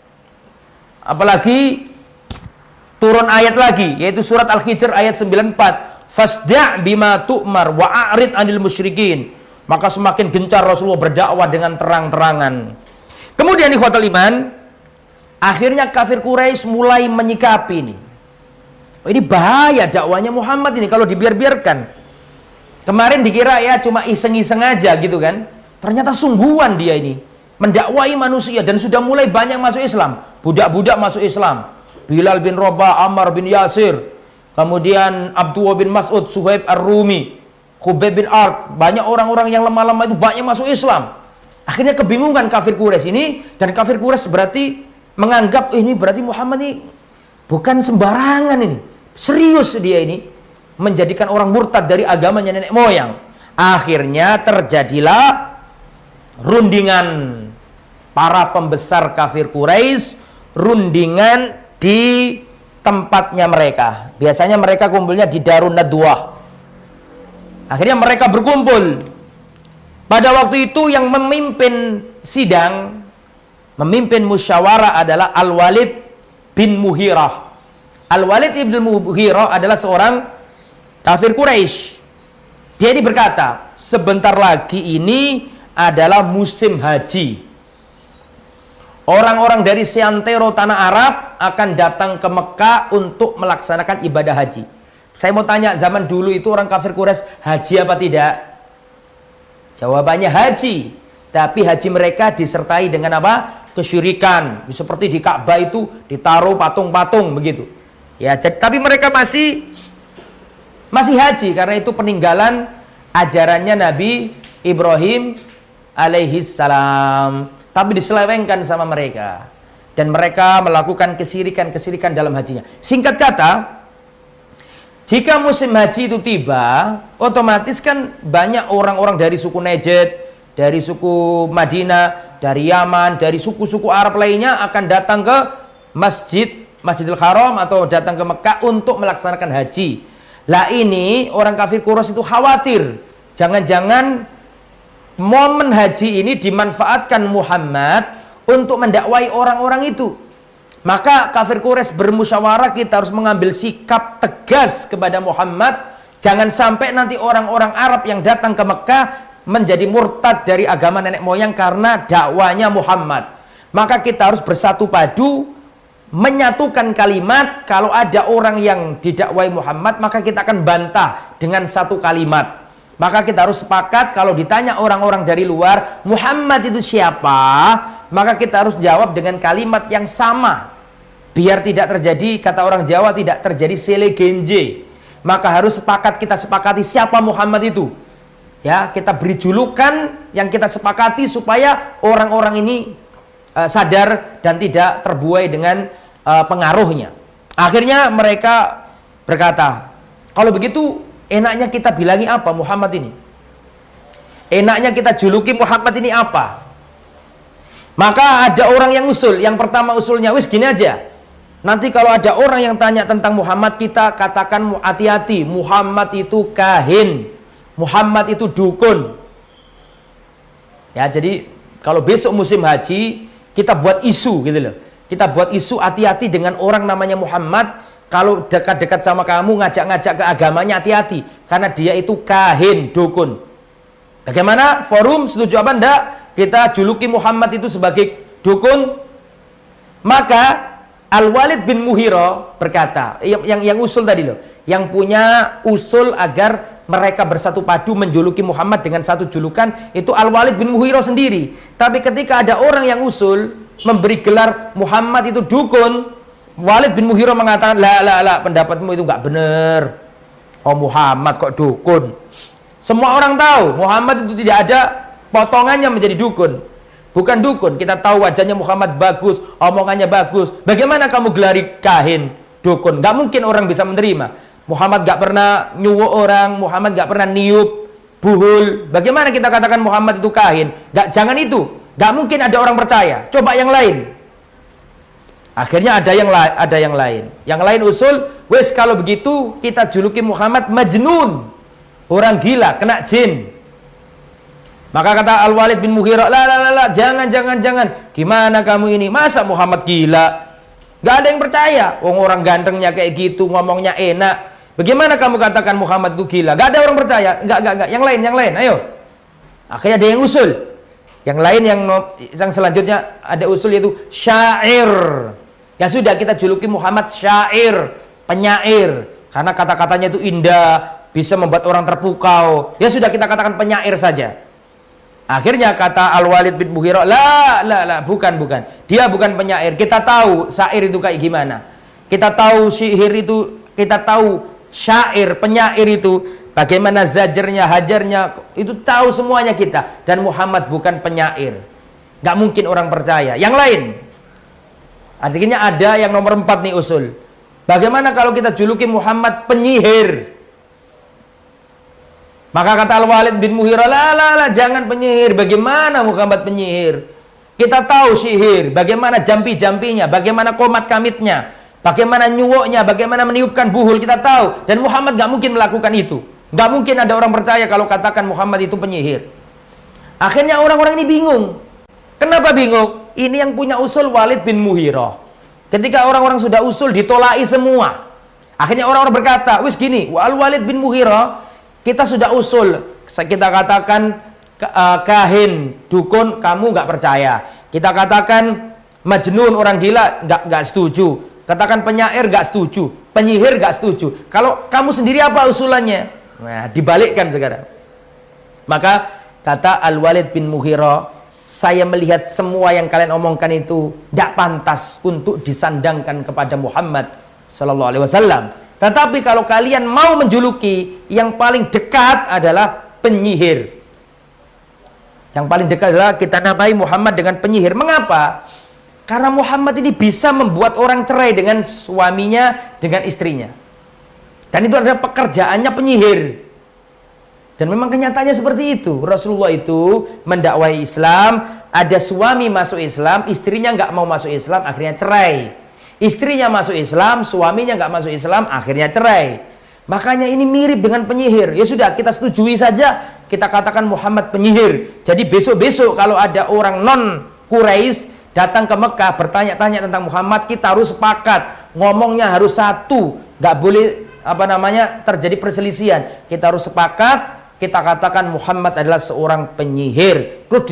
apalagi turun ayat lagi, yaitu surat Al-Hijr ayat 94. Fasda' bima tu'mar wa a'rid 'anil musyrikin. Maka semakin gencar Rasulullah berdakwah dengan terang-terangan. Kemudian ikhwatul iman, akhirnya kafir Quraisy mulai menyikapi ini. Oh, ini bahaya dakwanya Muhammad ini kalau dibiar-biarkan. Kemarin dikira ya cuma iseng-iseng aja gitu kan. Ternyata sungguhan dia ini mendakwai manusia dan sudah mulai banyak masuk Islam. Budak-budak masuk Islam. Bilal bin Rabah, Ammar bin Yasir, kemudian Abdullah bin Mas'ud, Suhaib Ar-Rumi, Khubayb bin Ard, banyak orang-orang yang lemah-lemah itu banyak masuk Islam. Akhirnya kebingungan kafir Quraisy ini, dan kafir Quraisy berarti menganggap ini berarti Muhammad ini bukan sembarangan ini. Serius dia ini menjadikan orang murtad dari agamanya nenek moyang. Akhirnya terjadilah rundingan para pembesar kafir Quraisy, rundingan di tempatnya mereka. Biasanya mereka kumpulnya di Darun Nadwah. Akhirnya mereka berkumpul. Pada waktu itu yang memimpin sidang, memimpin musyawarah adalah Al-Walid bin Mughirah. Al-Walid bin Mughirah adalah seorang kafir Quraisy. Dia ini berkata, sebentar lagi ini adalah musim haji. Orang-orang dari seantero tanah Arab akan datang ke Mekah untuk melaksanakan ibadah haji. Saya mau tanya, zaman dulu itu orang kafir Quraisy haji apa tidak? Jawabannya haji. Tapi haji mereka disertai dengan apa? Kesyirikan. Seperti di Ka'bah itu ditaruh patung-patung begitu. Ya, tapi mereka masih haji karena itu peninggalan ajarannya Nabi Ibrahim alaihi salam. Tapi diselewengkan sama mereka. Dan mereka melakukan kesirikan-kesirikan dalam hajinya. Singkat kata, jika musim haji itu tiba, otomatis kan banyak orang-orang dari suku Najd, dari suku Madinah, dari Yaman, dari suku-suku Arab lainnya akan datang ke Masjidil Haram atau datang ke Mekah untuk melaksanakan haji. Lah ini orang kafir Quraisy itu khawatir. Jangan-jangan momen haji ini dimanfaatkan Muhammad untuk mendakwai orang-orang itu. Maka kafir Quraisy bermusyawarah, kita harus mengambil sikap tegas kepada Muhammad. Jangan sampai nanti orang-orang Arab yang datang ke Mekah menjadi murtad dari agama nenek moyang karena dakwanya Muhammad. Maka kita harus bersatu padu, menyatukan kalimat. Kalau ada orang yang didakwai Muhammad, maka kita akan bantah dengan satu kalimat. Maka kita harus sepakat kalau ditanya orang-orang dari luar, Muhammad itu siapa? Maka kita harus jawab dengan kalimat yang sama. Biar tidak terjadi, kata orang Jawa, tidak terjadi selegenje. Maka harus sepakat, kita sepakati siapa Muhammad itu. Ya, kita beri julukan yang kita sepakati supaya orang-orang ini sadar dan tidak terbuai dengan pengaruhnya. Akhirnya mereka berkata, kalau begitu enaknya kita bilangi apa Muhammad ini? Enaknya kita juluki Muhammad ini apa? Maka ada orang yang usul. Yang pertama usulnya, wis gini aja. Nanti kalau ada orang yang tanya tentang Muhammad, kita katakan hati-hati, Muhammad itu kahin, Muhammad itu dukun. Ya, jadi kalau besok musim haji, kita buat isu gitu loh. Kita buat isu, hati-hati dengan orang namanya Muhammad. Kalau dekat-dekat sama kamu, ngajak-ngajak ke agamanya, hati-hati. Karena dia itu kahin, dukun. Bagaimana? Forum, setuju apa enggak? Kita juluki Muhammad itu sebagai dukun. Maka Al-Walid bin Mughirah berkata, yang usul tadi loh, yang punya usul agar mereka bersatu padu menjuluki Muhammad dengan satu julukan, itu Al-Walid bin Mughirah sendiri. Tapi ketika ada orang yang usul memberi gelar Muhammad itu dukun, Walid bin Mughirah mengatakan, lah, pendapatmu itu nggak benar. Oh, Muhammad kok dukun? Semua orang tahu Muhammad itu tidak ada potongannya menjadi dukun. Bukan dukun, kita tahu wajahnya Muhammad bagus, omongannya bagus. Bagaimana kamu gelari kahin, dukun? Gak mungkin orang bisa menerima. Muhammad gak pernah nyuwuk orang, Muhammad gak pernah niup buhul. Bagaimana kita katakan Muhammad itu kahin? Jangan itu. Gak mungkin ada orang percaya. Coba yang lain. Akhirnya ada yang lain. Yang lain usul, wes kalau begitu kita juluki Muhammad Majnun. Orang gila, kena jin. Maka kata Al-Walid bin Mughirah, lah, jangan. Gimana kamu ini? Masa Muhammad gila? Gak ada yang percaya. Orang gantengnya kayak gitu, ngomongnya enak. Bagaimana kamu katakan Muhammad itu gila? Gak ada orang percaya. Enggak. Yang lain, ayo. Akhirnya ada yang usul. Yang lain yang selanjutnya ada usul yaitu syair. Ya sudah, kita juluki Muhammad syair, penyair. Karena kata-katanya itu indah, bisa membuat orang terpukau. Ya sudah, kita katakan penyair saja. Akhirnya kata Al-Walid bin Mughirah, lah, bukan. Dia bukan penyair. Kita tahu syair itu kayak gimana. Kita tahu sihir itu, kita tahu syair, penyair itu bagaimana zajarnya, hajarnya, itu tahu semuanya kita. Dan Muhammad bukan penyair. Gak mungkin orang percaya. Yang lain. Artinya ada yang nomor 4 nih usul. Bagaimana kalau kita juluki Muhammad penyihir? Maka kata Al-Walid bin Mughirah, lah, jangan penyihir. Bagaimana Muhammad penyihir? Kita tahu sihir, bagaimana jampi-jampinya, bagaimana komat-kamitnya, bagaimana nyuwoknya, bagaimana meniupkan buhul, kita tahu. Dan Muhammad gak mungkin melakukan itu. Nggak mungkin ada orang percaya kalau katakan Muhammad itu penyihir. Akhirnya orang-orang ini bingung. Kenapa bingung? Ini yang punya usul Walid bin Mughirah. Ketika orang-orang sudah usul, ditolai semua. Akhirnya orang-orang berkata, wis gini, Walid bin Mughirah, kita sudah usul. Kita katakan kahin, dukun, kamu nggak percaya. Kita katakan majnun, orang gila, nggak setuju. Katakan penyair, nggak setuju. Penyihir, nggak setuju. Kalau kamu sendiri apa usulannya? Nah, dibalikkan sekarang. Maka kata Al-Walid bin Mughirah, saya melihat semua yang kalian omongkan itu tidak pantas untuk disandangkan kepada Muhammad Sallallahu Alaihi Wasallam. Tetapi kalau kalian mau menjuluki, yang paling dekat adalah penyihir. Yang paling dekat adalah kita namai Muhammad dengan penyihir. Mengapa? Karena Muhammad ini bisa membuat orang cerai dengan suaminya, dengan istrinya. Dan itu adalah pekerjaannya penyihir. Dan memang kenyataannya seperti itu. Rasulullah itu mendakwai Islam, ada suami masuk Islam, istrinya nggak mau masuk Islam, akhirnya cerai. Istrinya masuk Islam, suaminya nggak masuk Islam, akhirnya cerai. Makanya ini mirip dengan penyihir. Ya sudah, kita setujui saja, kita katakan Muhammad penyihir. Jadi besok-besok kalau ada orang non Quraisy datang ke Mekah bertanya-tanya tentang Muhammad, kita harus sepakat, ngomongnya harus satu, nggak boleh terjadi perselisihan. Kita harus sepakat, kita katakan Muhammad adalah seorang penyihir. Terus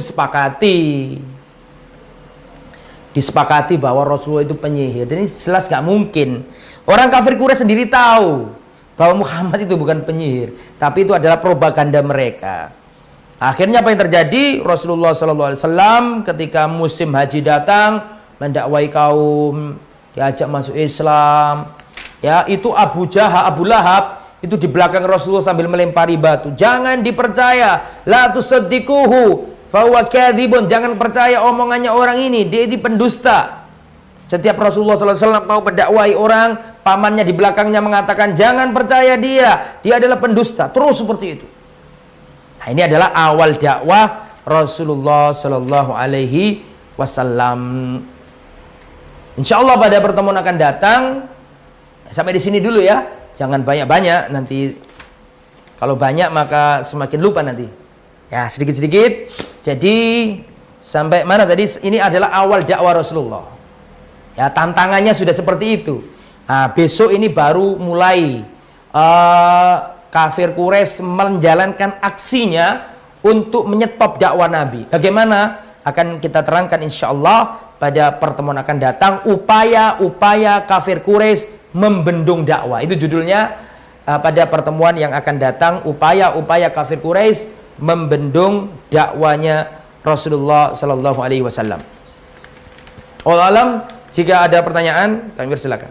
disepakati bahwa Rasulullah itu penyihir. Dan ini jelas nggak mungkin. Orang kafir Quraisy sendiri tahu bahwa Muhammad itu bukan penyihir, tapi itu adalah propaganda mereka. Akhirnya apa yang terjadi? Rasulullah SAW ketika musim haji datang, mendakwai kaum, diajak masuk Islam. Ya, itu Abu Lahab itu di belakang Rasulullah sambil melempari batu. Jangan dipercaya, la tusaddiquhu fa huwa kadzibun. Jangan percaya omongannya orang ini, dia ini pendusta. Setiap Rasulullah SAW mau mendakwai orang, pamannya di belakangnya mengatakan jangan percaya dia adalah pendusta. Terus seperti itu. Nah, ini adalah awal dakwah Rasulullah Sallallahu Alaihi Wasallam. Insya Allah pada pertemuan akan datang. Sampai di sini dulu ya. Jangan banyak-banyak. Nanti kalau banyak maka semakin lupa nanti. Ya sedikit-sedikit. Jadi sampai mana tadi? Ini adalah awal dakwah Rasulullah. Ya tantangannya sudah seperti itu. Nah, besok ini baru mulai. Kafir Quraisy menjalankan aksinya untuk menyetop dakwah Nabi. Bagaimana? Akan kita terangkan insya Allah pada pertemuan akan datang. Upaya-upaya kafir Quraisy membendung dakwah. Itu judulnya pada pertemuan yang akan datang. Upaya-upaya kafir Quraisy membendung dakwanya Rasulullah Sallallahu Alaihi Wasallam. Wallahu alam. Jika ada pertanyaan, kami persilakan.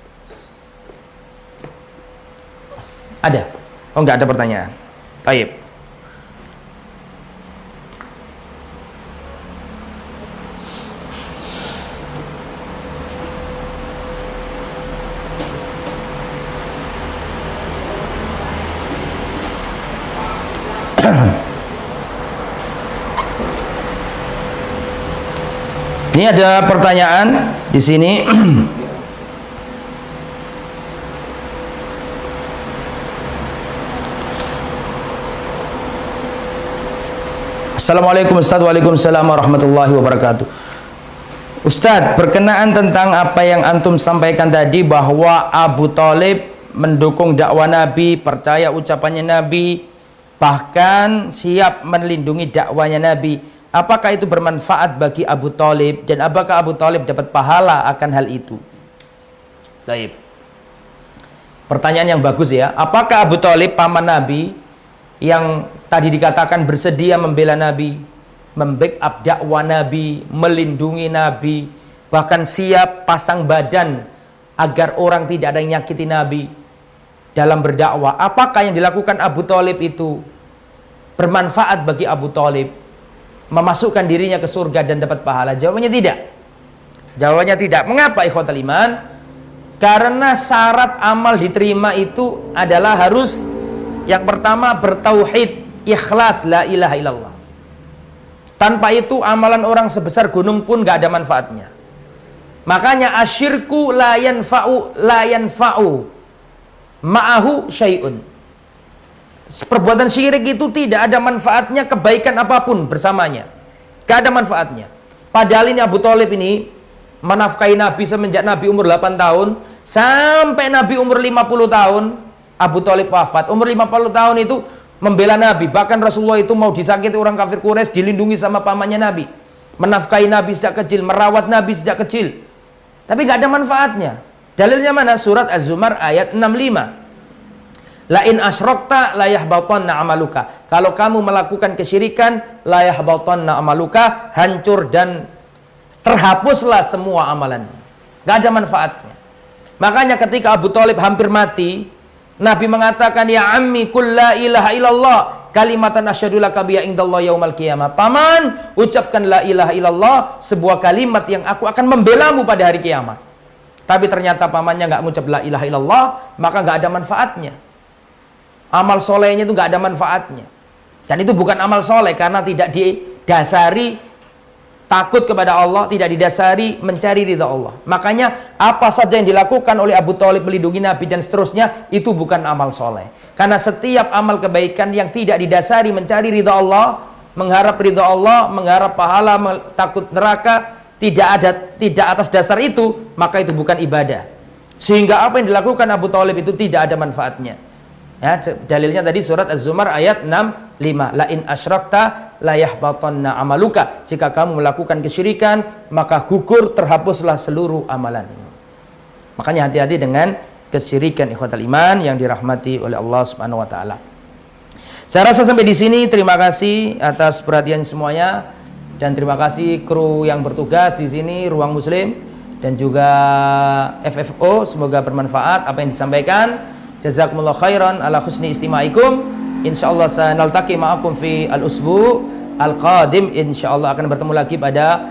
Ada? Oh, enggak ada pertanyaan. Baik. Ini ada pertanyaan di sini. Assalamualaikum Ustaz. Waalaikumsalam warahmatullahi wabarakatuh. Ustaz, berkenaan tentang apa yang antum sampaikan tadi bahwa Abu Thalib mendukung dakwah Nabi, percaya ucapannya Nabi, bahkan siap melindungi dakwanya Nabi. Apakah itu bermanfaat bagi Abu Thalib dan apakah Abu Thalib dapat pahala akan hal itu? Baik. Pertanyaan yang bagus ya. Apakah Abu Thalib paman Nabi yang tadi dikatakan bersedia membela Nabi, membackup dakwah Nabi, melindungi Nabi, bahkan siap pasang badan agar orang tidak ada yang nyakiti Nabi dalam berdakwah? Apakah yang dilakukan Abu Thalib itu bermanfaat bagi Abu Thalib, memasukkan dirinya ke surga dan dapat pahala? Jawabannya tidak. Jawabannya tidak. Mengapa ikhwatal iman? Karena syarat amal diterima itu adalah harus yang pertama bertauhid, ikhlas, la ilaha illallah. Tanpa itu amalan orang sebesar gunung pun gak ada manfaatnya. Makanya asyirku la yanfa'u ma'ahu syai'un. perbuatan syirik itu tidak ada manfaatnya kebaikan apapun bersamanya. Gak ada manfaatnya. Padahal ini Abu Thalib ini menafkahi Nabi semenjak Nabi umur 8 tahun sampai Nabi umur 50 tahun. Abu Thalib wafat. Umur 50 tahun itu membela Nabi. Bahkan Rasulullah itu mau disakiti orang kafir Quraisy, dilindungi sama pamannya Nabi. Menafkahi Nabi sejak kecil, merawat Nabi sejak kecil. Tapi gak ada manfaatnya. Dalilnya mana? Surat Az-Zumar ayat 65. La in asyrokta la yahbatanna amaluka. Kalau kamu melakukan kesyirikan, la yahbatanna amaluka, hancur dan terhapuslah semua amalannya. Gak ada manfaatnya. Makanya ketika Abu Thalib hampir mati, Nabi mengatakan, ya ammi kul la ilaha illallah kalimatan asyhadu laka biha indallah yaumal qiyamah. Paman, ucapkan la ilaha illallah, sebuah kalimat yang aku akan membelamu pada hari kiamat. Tapi ternyata pamannya nggak mengucap la ilaha illallah, maka nggak ada manfaatnya. Amal solehnya itu nggak ada manfaatnya. Dan itu bukan amal soleh karena tidak didasari takut kepada Allah, tidak didasari mencari ridha Allah. Makanya apa saja yang dilakukan oleh Abu Thalib melindungi Nabi dan seterusnya, itu bukan amal soleh. Karena setiap amal kebaikan yang tidak didasari mencari ridha Allah, mengharap ridha Allah, mengharap pahala, takut neraka, tidak atas dasar itu, maka itu bukan ibadah. Sehingga apa yang dilakukan Abu Thalib itu tidak ada manfaatnya. Ya, dalilnya tadi surat Az-Zumar ayat 65. La in asyrakta la yahbatanna amaluka. Jika kamu melakukan kesyirikan, maka gugur, terhapuslah seluruh amalan. Makanya hati-hati dengan kesyirikan, ikhwatal iman yang dirahmati oleh Allah Subhanahu wa taala. Saya rasa sampai di sini. Terima kasih atas perhatian semuanya dan terima kasih kru yang bertugas di sini, Ruang Muslim dan juga FFO. Semoga bermanfaat apa yang disampaikan. Jazakumullah khairan ala husni istimaikum. Insyaallah sanaltaqi ma'akum fi al-usbu al-qadim. Insyaallah akan bertemu lagi pada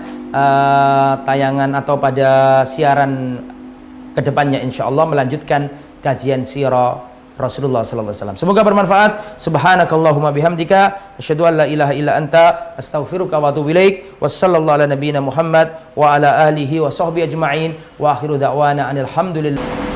tayangan atau pada siaran kedepannya, insyaallah melanjutkan kajian sirah Rasulullah sallallahu alaihi wasallam. Semoga bermanfaat. Subhanakallahumma bihamdika asyhadu an la ilaha illa anta astaghfiruka wa atubu ilaik. Wassallallahu ala nabiyyina Muhammad wa ala alihi wa sahbihi ajma'in wa akhiru da'wana anil hamdulillah.